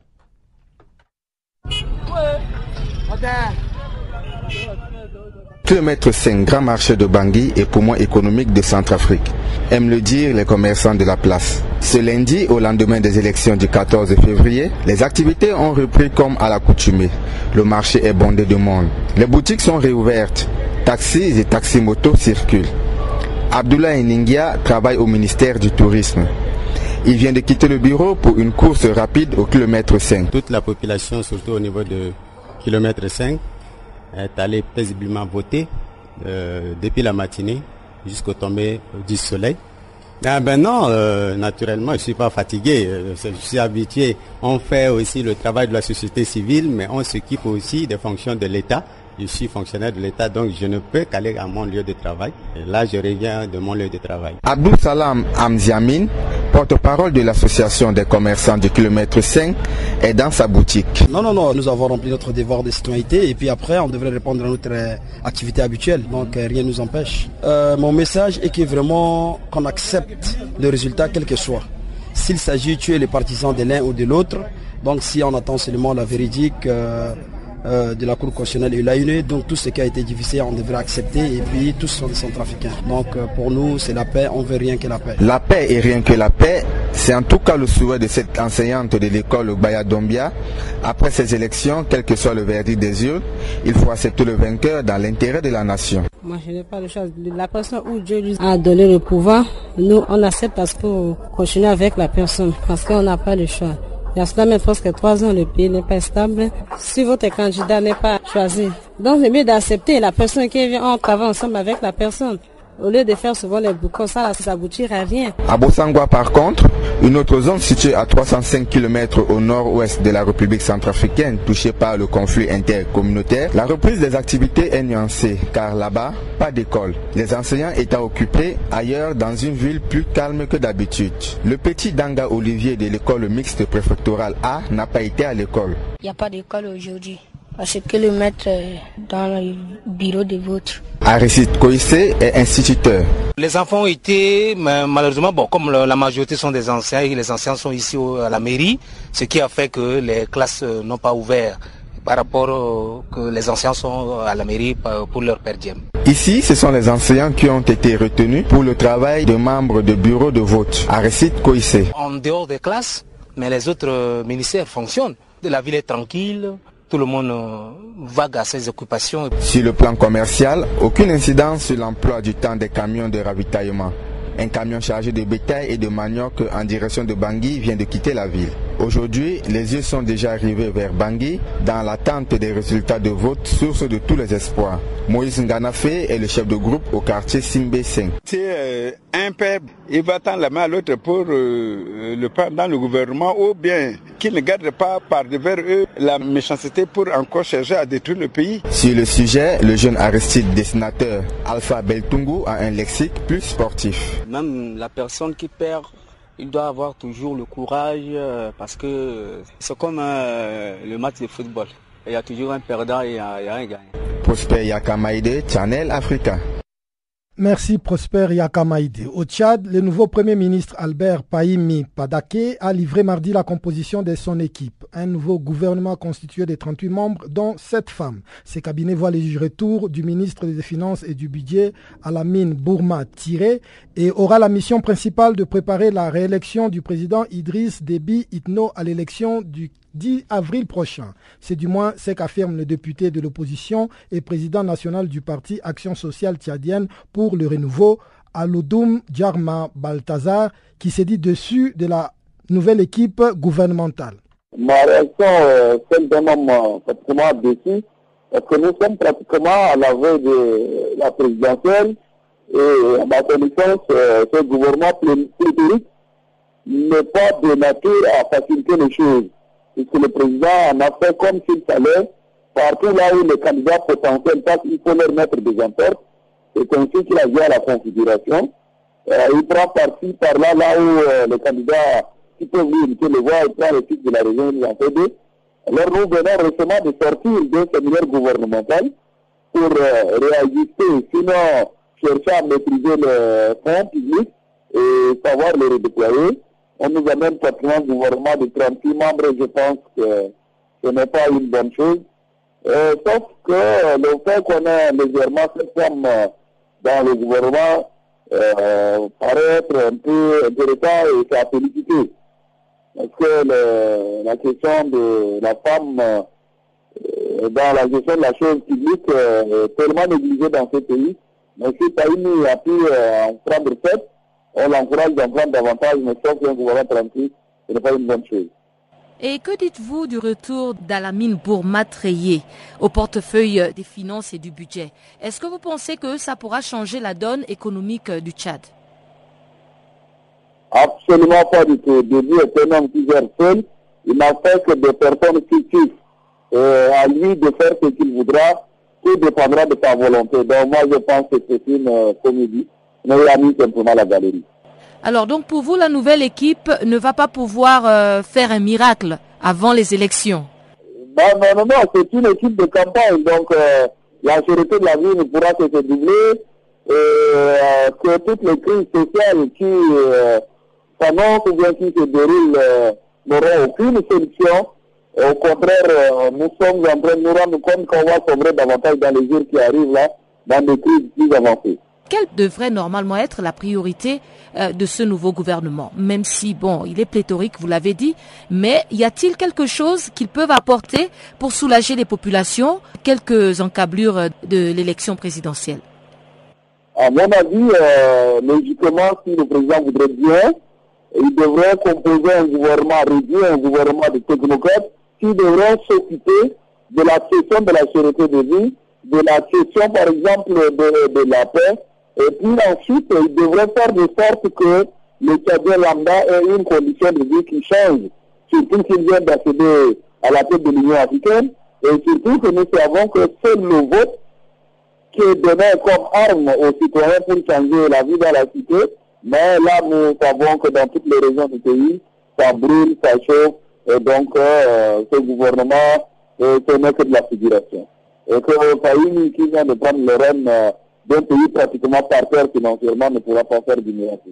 Kilomètre 5, grand marché de Bangui et poumon économique de Centrafrique, aiment le dire les commerçants de la place. Ce lundi, au lendemain des élections du 14 février, les activités ont repris comme à l'accoutumée. Le marché est bondé de monde. Les boutiques sont réouvertes. Taxis et taxis-motos circulent. Abdoulaye Ningia travaille au ministère du Tourisme. Il vient de quitter le bureau pour une course rapide au kilomètre 5. Toute la population, surtout au niveau de kilomètre 5, est allée paisiblement voter depuis la matinée jusqu'au tombé du soleil. Non, naturellement, je ne suis pas fatigué, je suis habitué. On fait aussi le travail de la société civile, mais on s'occupe aussi des fonctions de l'État. Je suis fonctionnaire de l'État, donc je ne peux qu'aller à mon lieu de travail. Et là, je reviens de mon lieu de travail. Abdou Salam Amziamine, porte-parole de l'association des commerçants du kilomètre 5, est dans sa boutique. Non, nous avons rempli notre devoir de citoyenneté et puis après, on devrait répondre à notre activité habituelle. Donc, rien ne nous empêche. Mon message est que vraiment, qu'on accepte le résultat quel que soit. S'il s'agit de tuer les partisans de l'un ou de l'autre, donc si on attend seulement la véridique de la Cour constitutionnelle et l'AUNE. Donc tout ce qui a été difficile, on devrait accepter et puis tous sont des centrafricains. Donc pour nous, c'est la paix, on veut rien que la paix. La paix et rien que la paix, c'est en tout cas le souhait de cette enseignante de l'école Baya Dombia. Après ces élections, quel que soit le verdict des urnes, il faut accepter le vainqueur dans l'intérêt de la nation. Moi, je n'ai pas le choix. La personne où Dieu lui a donné le pouvoir, nous, on accepte parce qu'on continue avec la personne, parce qu'on n'a pas le choix. Il y a cela même presque 3 ans, le pays n'est pas stable. Si votre candidat n'est pas choisi, donc c'est mieux d'accepter la personne qui vient, on travaille ensemble avec la personne. Au lieu de faire souvent les boucons, ça aboutit à rien. À Bosangwa, par contre, une autre zone située à 305 km au nord-ouest de la République centrafricaine, touchée par le conflit intercommunautaire, la reprise des activités est nuancée, car là-bas, pas d'école. Les enseignants étant occupés ailleurs dans une ville plus calme que d'habitude. Le petit Danga Olivier de l'école mixte préfectorale A n'a pas été à l'école. Il n'y a pas d'école aujourd'hui. Parce que le maître dans le bureau de vote. Aristide Koïssé est instituteur. Les enfants ont été, malheureusement, comme la majorité sont des anciens et les anciens sont ici à la mairie, ce qui a fait que les classes n'ont pas ouvert par rapport que les anciens sont à la mairie pour leur per diem. Ici, ce sont les enseignants qui ont été retenus pour le travail de membres de bureau de vote. Aristide Koïssé. En dehors des classes, mais les autres ministères fonctionnent. La ville est tranquille. Tout le monde vague à ses occupations. Sur le plan commercial, aucune incidence sur l'emploi du temps des camions de ravitaillement. Un camion chargé de bétail et de manioc en direction de Bangui vient de quitter la ville. Aujourd'hui, les yeux sont déjà arrivés vers Bangui dans l'attente des résultats de vote, source de tous les espoirs. Moïse Nganafé est le chef de groupe au quartier Simbé 5. C'est un père, il va tendre la main à l'autre pour le prendre dans le gouvernement ou bien qu'il ne garde pas par devers eux la méchanceté pour encore chercher à détruire le pays. Sur le sujet, le jeune Aristide dessinateur Alpha Beltungu a un lexique plus sportif. Même la personne qui perd, il doit avoir toujours le courage parce que c'est comme le match de football. Il y a toujours un perdant et il y a un gagnant. Prosper Yakamaïde, Channel Africa. Merci Prosper Yakamaïde. Au Tchad, le nouveau Premier ministre Albert Pahimi Padaké a livré mardi la composition de son équipe. Un nouveau gouvernement constitué de 38 membres, dont 7 femmes. Ce cabinet voit le retour du ministre des Finances et du Budget, Alamine Bourma Tiré, et aura la mission principale de préparer la réélection du président Idriss Déby Itno à l'élection du 10 avril prochain. C'est du moins ce qu'affirme le député de l'opposition et président national du parti Action sociale tchadienne pour le renouveau, Alodoum Djarma Baltazar, qui s'est dit dessus de la nouvelle équipe gouvernementale. Ma réaction, celle d'un homme pratiquement déçu, parce que nous sommes pratiquement à la veille de la présidentielle et à ma connaissance, ce gouvernement pléthorique n'est pas de nature à faciliter les choses. Puisque le président en a fait comme s'il fallait, partout là où les candidats potentiels passent, il faut leur mettre des emportes. C'est ainsi qu'il a vu à la configuration. Il prend parti par là où les candidats qui peuvent lui éviter le voix, il prend le titre de la région, il en fait 2. Alors nous venons récemment de sortir d'un séminaire gouvernemental pour réajuster, sinon chercher à maîtriser le fonds public et savoir le redéployer. On nous amène pratiquement un gouvernement de 38 membres et je pense que ce n'est pas une bonne chose. Sauf que le fait qu'on ait légèrement cette forme dans le gouvernement paraît être un peu intéressant et c'est à féliciter. Parce que la question de la femme dans la gestion de la chose publique est tellement négligée dans ce pays. Mais si Pahimi a pu en prendre 7, on l'encourage d'en prendre davantage, mais sauf qu'un gouvernement tranquille, ce n'est pas une bonne chose. Et que dites-vous du retour d'Alamine Bourma Tiré au portefeuille des finances et du budget? Est-ce que vous pensez que ça pourra changer la donne économique du Tchad? Absolument pas du tout. Déby est un homme qui gère seul. Il n'a fait que des personnes fictives. À lui de faire ce qu'il voudra, tout dépendra de sa volonté. Donc moi je pense que c'est une comédie. Mais il a mis simplement la galerie. Alors donc pour vous, la nouvelle équipe ne va pas pouvoir faire un miracle avant les élections? Non, c'est une équipe de campagne. Donc la sûreté de la vie ne pourra que se doubler. Que toutes les crises sociales qui s'annoncent ou bien qui se déroulent n'auront aucune solution. Au contraire, nous sommes en train de nous rendre compte qu'on va sombrer davantage dans les jours qui arrivent là, dans des crises plus avancées. Quelle devrait normalement être la priorité de ce nouveau gouvernement? Même si, bon, il est pléthorique, vous l'avez dit, mais y a-t-il quelque chose qu'ils peuvent apporter pour soulager les populations, quelques encablures de l'élection présidentielle? À mon avis, logiquement, si le président voudrait bien, il devrait composer un gouvernement réduit, un gouvernement de technocrates, qui devrait s'occuper de la question de la sécurité de vie, de la question, par exemple, de la paix. Et puis ensuite, il devrait faire de sorte que le Tchadien lambda ait une condition de vie qui change, surtout s'il vient d'accéder à la tête de l'Union africaine, et surtout que nous savons que seul le vote qui est donné comme arme aux citoyens pour changer la vie dans la cité, mais là nous savons que dans toutes les régions du pays, ça brûle, ça chauffe, et donc ce gouvernement, ce n'est que de la figuration. Et que Faïni qui vient de prendre le rêne d'un pays pratiquement par terre financièrement ne pourra pas faire du miracle.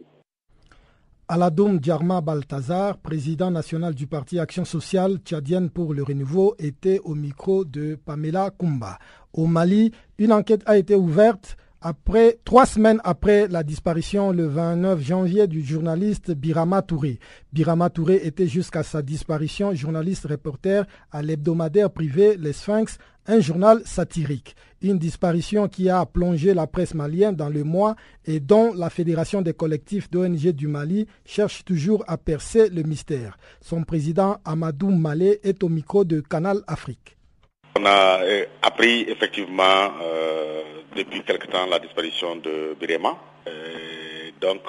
Aladoum Djarma Baltazar, président national du parti Action sociale tchadienne pour le renouveau, était au micro de Pamela Kumba. Au Mali, une enquête a été ouverte 3 semaines après la disparition le 29 janvier du journaliste Birama Touré. Birama Touré était jusqu'à sa disparition journaliste reporter à l'hebdomadaire privé Les Sphinx, un journal satirique. Une disparition qui a plongé la presse malienne dans le mois et dont la Fédération des collectifs d'ONG du Mali cherche toujours à percer le mystère. Son président Amadou Malé est au micro de Canal Afrique. On a appris effectivement depuis quelque temps la disparition de Birama. Donc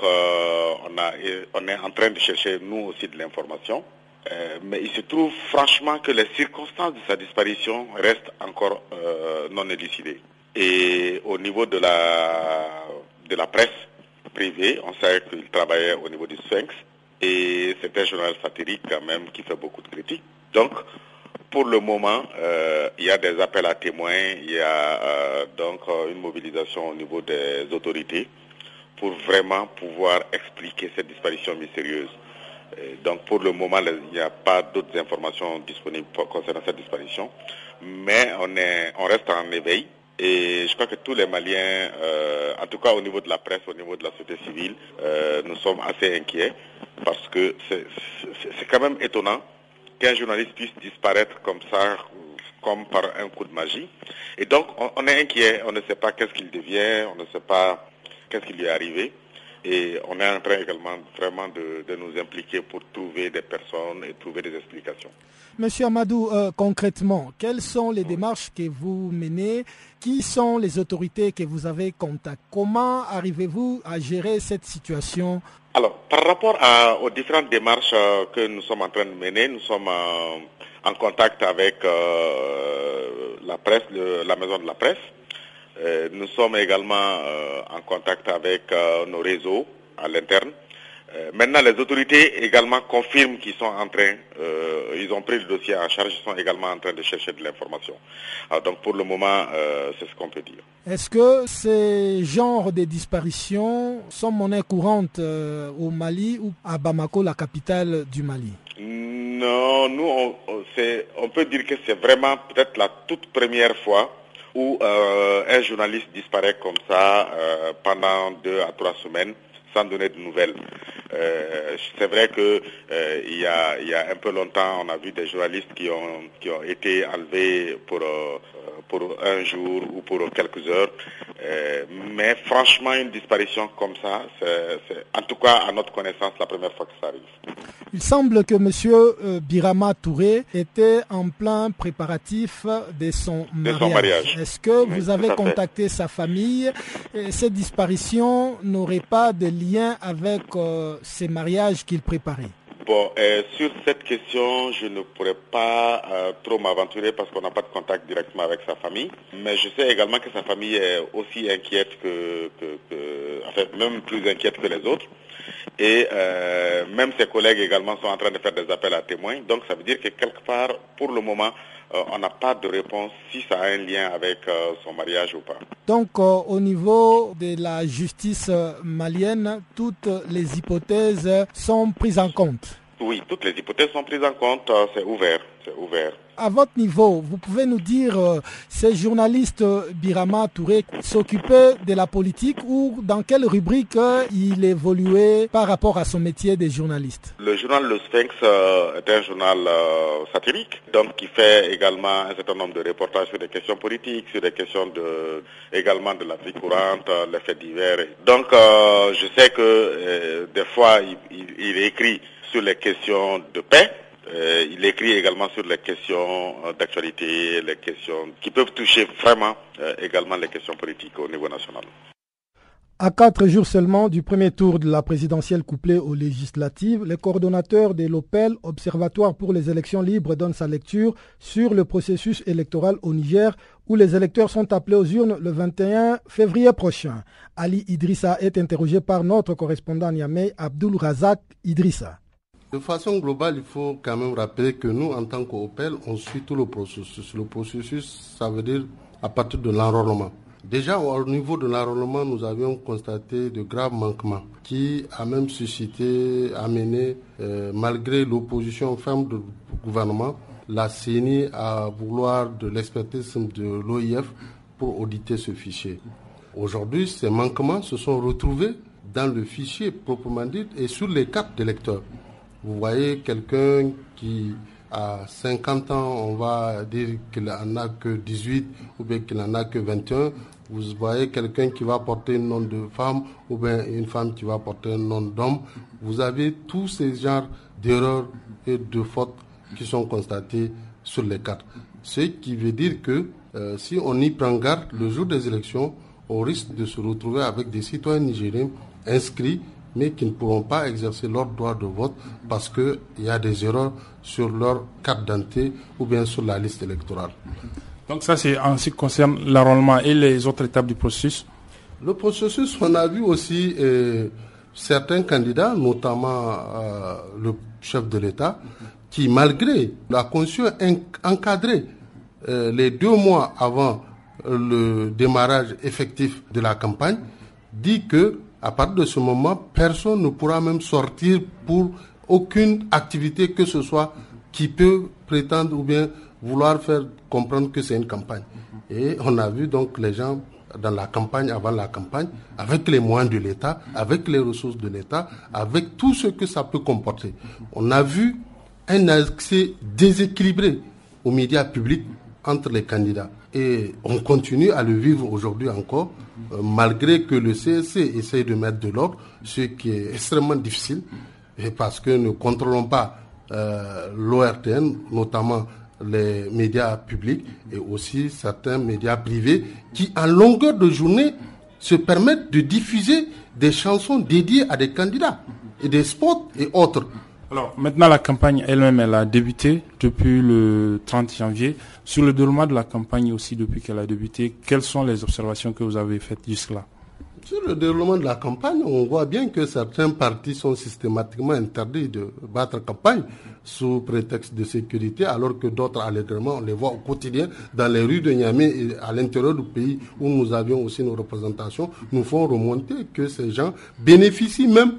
on est en train de chercher nous aussi de l'information. Mais il se trouve franchement que les circonstances de sa disparition restent encore non élucidées. Et au niveau de la presse privée, on sait qu'il travaillait au niveau du Sphinx et c'est un journal satirique quand même qui fait beaucoup de critiques. Donc pour le moment, il y a des appels à témoins, il y a donc une mobilisation au niveau des autorités pour vraiment pouvoir expliquer cette disparition mystérieuse. Donc pour le moment, il n'y a pas d'autres informations disponibles concernant cette disparition, mais on reste en éveil et je crois que tous les Maliens, en tout cas au niveau de la presse, au niveau de la société civile, nous sommes assez inquiets parce que c'est quand même étonnant qu'un journaliste puisse disparaître comme ça, comme par un coup de magie. Et donc on est inquiet, on ne sait pas qu'est-ce qu'il devient, on ne sait pas qu'est-ce qui lui est arrivé. Et on est en train également vraiment de nous impliquer pour trouver des personnes et trouver des explications. Monsieur Amadou, concrètement, quelles sont les démarches que vous menez? Qui sont les autorités que vous avez contactées? Comment arrivez-vous à gérer cette situation? Alors, par rapport aux différentes démarches que nous sommes en train de mener, nous sommes en contact avec la presse, la maison de la presse. Nous sommes également en contact avec nos réseaux à l'interne. Maintenant, les autorités également confirment qu'ils sont en train, ils ont pris le dossier en charge, ils sont également en train de chercher de l'information. Donc pour le moment, c'est ce qu'on peut dire. Est-ce que ces genres de disparitions sont monnaie courante au Mali ou à Bamako, la capitale du Mali? Non, nous, on peut dire que c'est vraiment peut-être la toute première fois où un journaliste disparaît comme ça pendant 2 à 3 semaines sans donner de nouvelles. C'est vrai que il y a un peu longtemps, on a vu des journalistes qui ont été enlevés pour un jour ou pour quelques heures. Mais franchement, une disparition comme ça, c'est en tout cas à notre connaissance la première fois que ça arrive. Il semble que M. Birama Touré était en plein préparatif de son mariage. Est-ce que vous avez contacté sa famille? Cette disparition n'aurait pas de lien avec ces mariages qu'il préparait? Bon, sur cette question, je ne pourrais pas trop m'aventurer parce qu'on n'a pas de contact directement avec sa famille. Mais je sais également que sa famille est aussi inquiète enfin, même plus inquiète que les autres. Et même ses collègues également sont en train de faire des appels à témoins. Donc ça veut dire que quelque part, pour le moment, on n'a pas de réponse si ça a un lien avec son mariage ou pas. Donc au niveau de la justice malienne, toutes les hypothèses sont prises en compte? Oui, toutes les hypothèses sont prises en compte, c'est ouvert. À votre niveau, vous pouvez nous dire, ces journalistes Birama Touré s'occupaient de la politique ou dans quelle rubrique il évoluait par rapport à son métier de journaliste? Le journal Le Sphinx est un journal satirique, donc qui fait également un certain nombre de reportages sur des questions politiques, sur des questions également de la vie courante, les faits divers. Donc je sais que des fois il écrit sur les questions de paix. Il écrit également sur les questions d'actualité, les questions qui peuvent toucher vraiment également les questions politiques au niveau national. À 4 jours seulement du premier tour de la présidentielle couplée aux législatives, le coordonnateur de l'OPEL, Observatoire pour les élections libres, donne sa lecture sur le processus électoral au Niger, où les électeurs sont appelés aux urnes le 21 février prochain. Ali Idrissa est interrogé par notre correspondant à Niamey, Abdul Razak Idrissa. De façon globale, il faut quand même rappeler que nous, en tant qu'OPEL, on suit tout le processus. Le processus, ça veut dire à partir de l'enrôlement. Déjà, au niveau de l'enrôlement, nous avions constaté de graves manquements qui a même amené, malgré l'opposition ferme du gouvernement, la CENI à vouloir de l'expertise de l'OIF pour auditer ce fichier. Aujourd'hui, ces manquements se sont retrouvés dans le fichier proprement dit et sur les cartes d'électeurs. Vous voyez quelqu'un qui a 50 ans, on va dire qu'il n'en a que 18 ou bien qu'il n'en a que 21. Vous voyez quelqu'un qui va porter un nom de femme ou bien une femme qui va porter un nom d'homme. Vous avez tous ces genres d'erreurs et de fautes qui sont constatées sur les cartes. Ce qui veut dire que si on y prend garde, le jour des élections, on risque de se retrouver avec des citoyens nigériens inscrits mais qui ne pourront pas exercer leur droit de vote parce qu'il y a des erreurs sur leur carte d'identité ou bien sur la liste électorale. Donc ça, c'est en ce qui concerne l'enrôlement et les autres étapes du processus. Le processus, on a vu aussi certains candidats, notamment le chef de l'État, qui malgré la condition encadrée les 2 mois avant le démarrage effectif de la campagne, dit que à partir de ce moment, personne ne pourra même sortir pour aucune activité que ce soit qui peut prétendre ou bien vouloir faire comprendre que c'est une campagne. Et on a vu donc les gens dans la campagne, avant la campagne, avec les moyens de l'État, avec les ressources de l'État, avec tout ce que ça peut comporter. On a vu un accès déséquilibré aux médias publics entre les candidats. Et on continue à le vivre aujourd'hui encore, malgré que le CSC essaye de mettre de l'ordre, ce qui est extrêmement difficile, et parce que nous ne contrôlons pas l'ORTN, notamment les médias publics et aussi certains médias privés qui, en longueur de journée, se permettent de diffuser des chansons dédiées à des candidats, et des spots et autres. Alors maintenant, la campagne elle-même, elle a débuté depuis le 30 janvier. Sur le déroulement de la campagne aussi, depuis qu'elle a débuté, quelles sont les observations que vous avez faites jusque-là? Sur le déroulement de la campagne, on voit bien que certains partis sont systématiquement interdits de battre campagne sous prétexte de sécurité, alors que d'autres, allègrement, on les voit au quotidien dans les rues de Niamey et à l'intérieur du pays où nous avions aussi nos représentations, nous font remonter que ces gens bénéficient même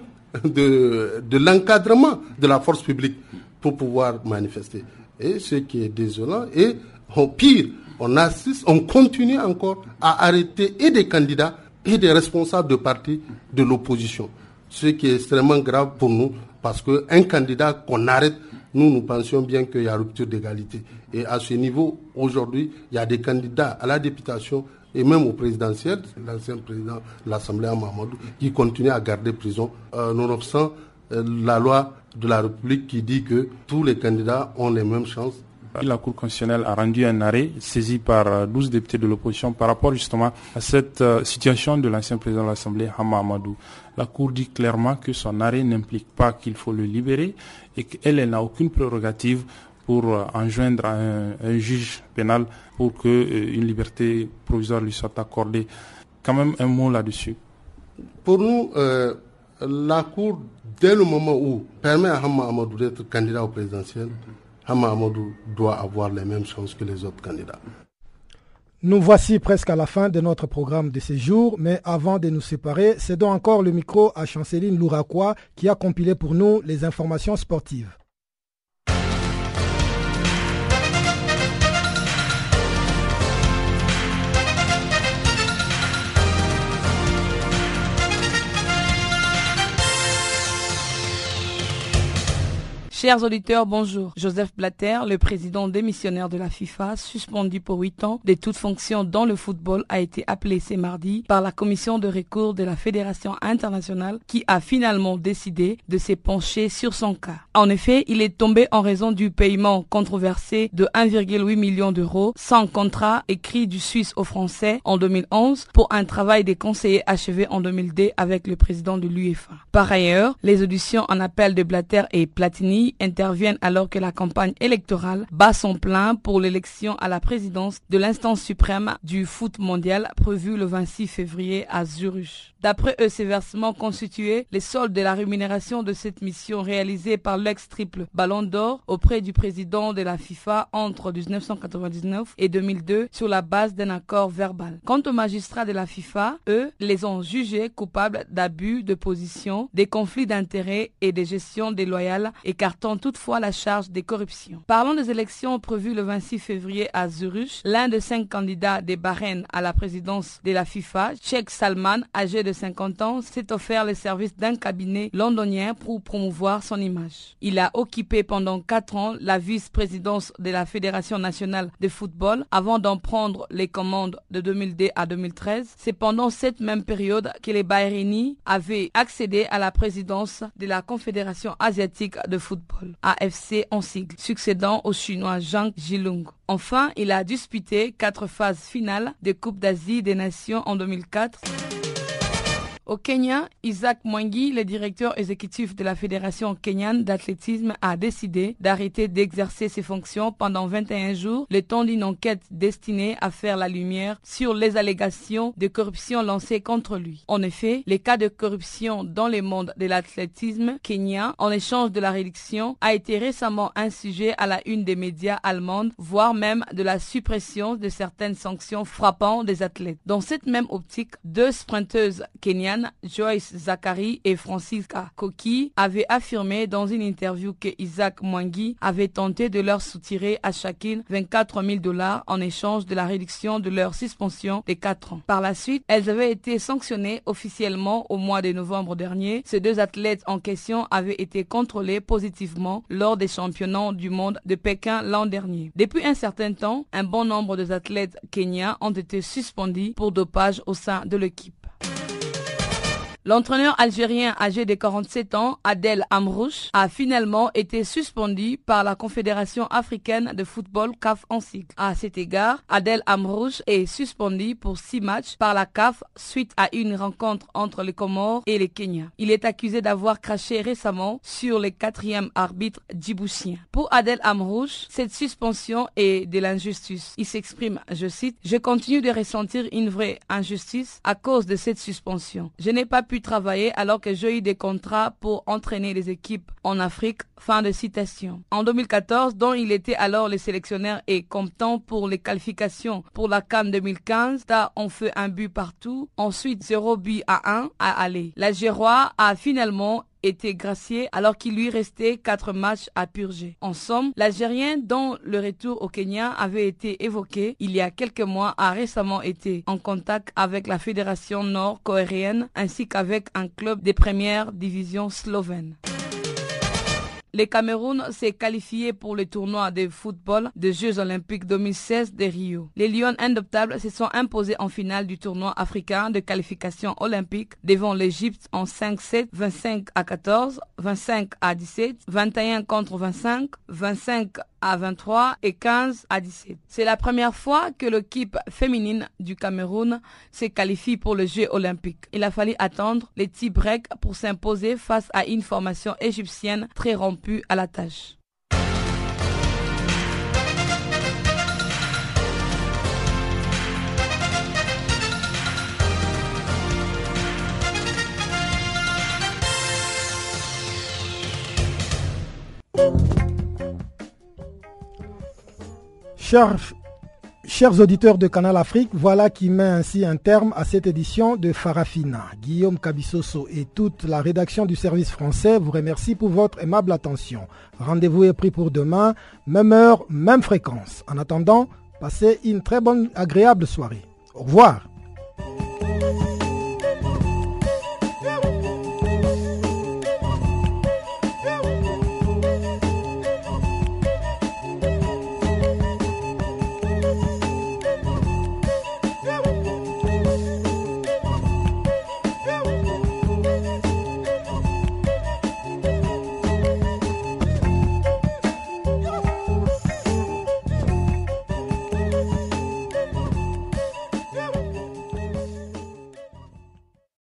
de l'encadrement de la force publique pour pouvoir manifester. Et ce qui est désolant, et au pire, on continue encore à arrêter et des candidats et des responsables de partis de l'opposition. Ce qui est extrêmement grave pour nous, parce qu'un candidat qu'on arrête, nous pensions bien qu'il y a rupture d'égalité. Et à ce niveau, aujourd'hui, il y a des candidats à la députation et même au présidentiel, l'ancien président de l'Assemblée Mahamadou, qui continue à garder prison, nonobstant la loi de la République qui dit que tous les candidats ont les mêmes chances. La Cour constitutionnelle a rendu un arrêt saisi par 12 députés de l'opposition par rapport justement à cette situation de l'ancien président de l'Assemblée, Hama Amadou. La Cour dit clairement que son arrêt n'implique pas qu'il faut le libérer et qu'elle n'a aucune prérogative pour enjoindre à un juge pénal pour qu'une liberté provisoire lui soit accordée. Quand même un mot là-dessus. Pour nous, la Cour, dès le moment où permet à Hama Amadou d'être candidat au présidentiel, Hama Amadou doit avoir les mêmes chances que les autres candidats. Nous voici presque à la fin de notre programme de ce jour, mais avant de nous séparer, cédons encore le micro à Chanceline Louraquois qui a compilé pour nous les informations sportives. Chers auditeurs, bonjour. Joseph Blatter, le président démissionnaire de la FIFA, suspendu pour 8 ans de toute fonction dans le football, a été appelé ce mardi par la commission de recours de la Fédération internationale qui a finalement décidé de se pencher sur son cas. En effet, il est tombé en raison du paiement controversé de 1,8 million d'euros sans contrat écrit du Suisse au Français en 2011 pour un travail des conseillers achevé en 2002 avec le président de l'UEFA. Par ailleurs, les auditions en appel de Blatter et Platini interviennent alors que la campagne électorale bat son plein pour l'élection à la présidence de l'instance suprême du foot mondial prévue le 26 février à Zurich. D'après eux, ces versements constituaient les soldes de la rémunération de cette mission réalisée par l'ex-triple Ballon d'Or auprès du président de la FIFA entre 1999 et 2002 sur la base d'un accord verbal. Quant aux magistrats de la FIFA, eux, les ont jugés coupables d'abus de position, des conflits d'intérêts et de gestion déloyale, écartant toutefois la charge des corruptions. Parlons des élections prévues le 26 février à Zurich. L'un des 5 candidats des Bahreïn à la présidence de la FIFA, Sheikh Salman, âgé de 50 ans, s'est offert le service d'un cabinet londonien pour promouvoir son image. Il a occupé pendant 4 ans la vice-présidence de la Fédération nationale de football avant d'en prendre les commandes de 2002 à 2013. C'est pendant cette même période que les Bahreïnis avaient accédé à la présidence de la Confédération asiatique de football, AFC en sigle, succédant au Chinois Zhang Jilung. Enfin, il a disputé 4 phases finales de Coupe d'Asie des Nations en 2004. Au Kenya, Isaac Mwangi, le directeur exécutif de la Fédération kenyane d'athlétisme, a décidé d'arrêter d'exercer ses fonctions pendant 21 jours, le temps d'une enquête destinée à faire la lumière sur les allégations de corruption lancées contre lui. En effet, les cas de corruption dans le monde de l'athlétisme kenyan, en échange de la réduction, a été récemment un sujet à la une des médias allemands, voire même de la suppression de certaines sanctions frappant des athlètes. Dans cette même optique, 2 sprinteuses kenyanes, Joyce Zachary et Francisca Koki, avaient affirmé dans une interview que Isaac Mwangi avait tenté de leur soutirer à chacune $24,000 en échange de la réduction de leur suspension de 4 ans. Par la suite, elles avaient été sanctionnées officiellement au mois de novembre dernier. Ces 2 athlètes en question avaient été contrôlés positivement lors des championnats du monde de Pékin l'an dernier. Depuis un certain temps, un bon nombre des athlètes kenyans ont été suspendus pour dopage au sein de l'équipe. L'entraîneur algérien âgé de 47 ans, Adel Amrouche, a finalement été suspendu par la Confédération africaine de football CAF en sigle. À cet égard, Adel Amrouche est suspendu pour 6 matchs par la CAF suite à une rencontre entre les Comores et les Kenya. Il est accusé d'avoir craché récemment sur le 4e arbitre djiboutien. Pour Adel Amrouche, cette suspension est de l'injustice. Il s'exprime, je cite, « Je continue de ressentir une vraie injustice à cause de cette suspension. Je n'ai pas pu travailler alors que j'ai eu des contrats pour entraîner les équipes en Afrique. » Fin de citation. En 2014, dont il était alors le sélectionneur et comptant pour les qualifications pour la CAN 2015, Stars ont fait un but partout. Ensuite, 0-1 à aller. L'Algérois a finalement été gracié alors qu'il lui restait 4 matchs à purger. En somme, l'Algérien dont le retour au Kenya avait été évoqué il y a quelques mois a récemment été en contact avec la fédération nord-coréenne ainsi qu'avec un club de première division slovène. Le Cameroun s'est qualifié pour le tournoi de football des Jeux Olympiques 2016 de Rio. Les Lions indoptables se sont imposés en finale du tournoi africain de qualification olympique devant l'Égypte en 5-7, 25-14, 25-17, 21 contre 25, 25-23 et 15-17. C'est la première fois que l'équipe féminine du Cameroun se qualifie pour les Jeux olympiques. Il a fallu attendre les tie-breaks pour s'imposer face à une formation égyptienne très rompue à la tâche. Chers auditeurs de Canal Afrique, voilà qui met ainsi un terme à cette édition de Farafina. Guillaume Kabissoso et toute la rédaction du service français vous remercie pour votre aimable attention. Rendez-vous est pris pour demain, même heure, même fréquence. En attendant, passez une très bonne, agréable soirée. Au revoir.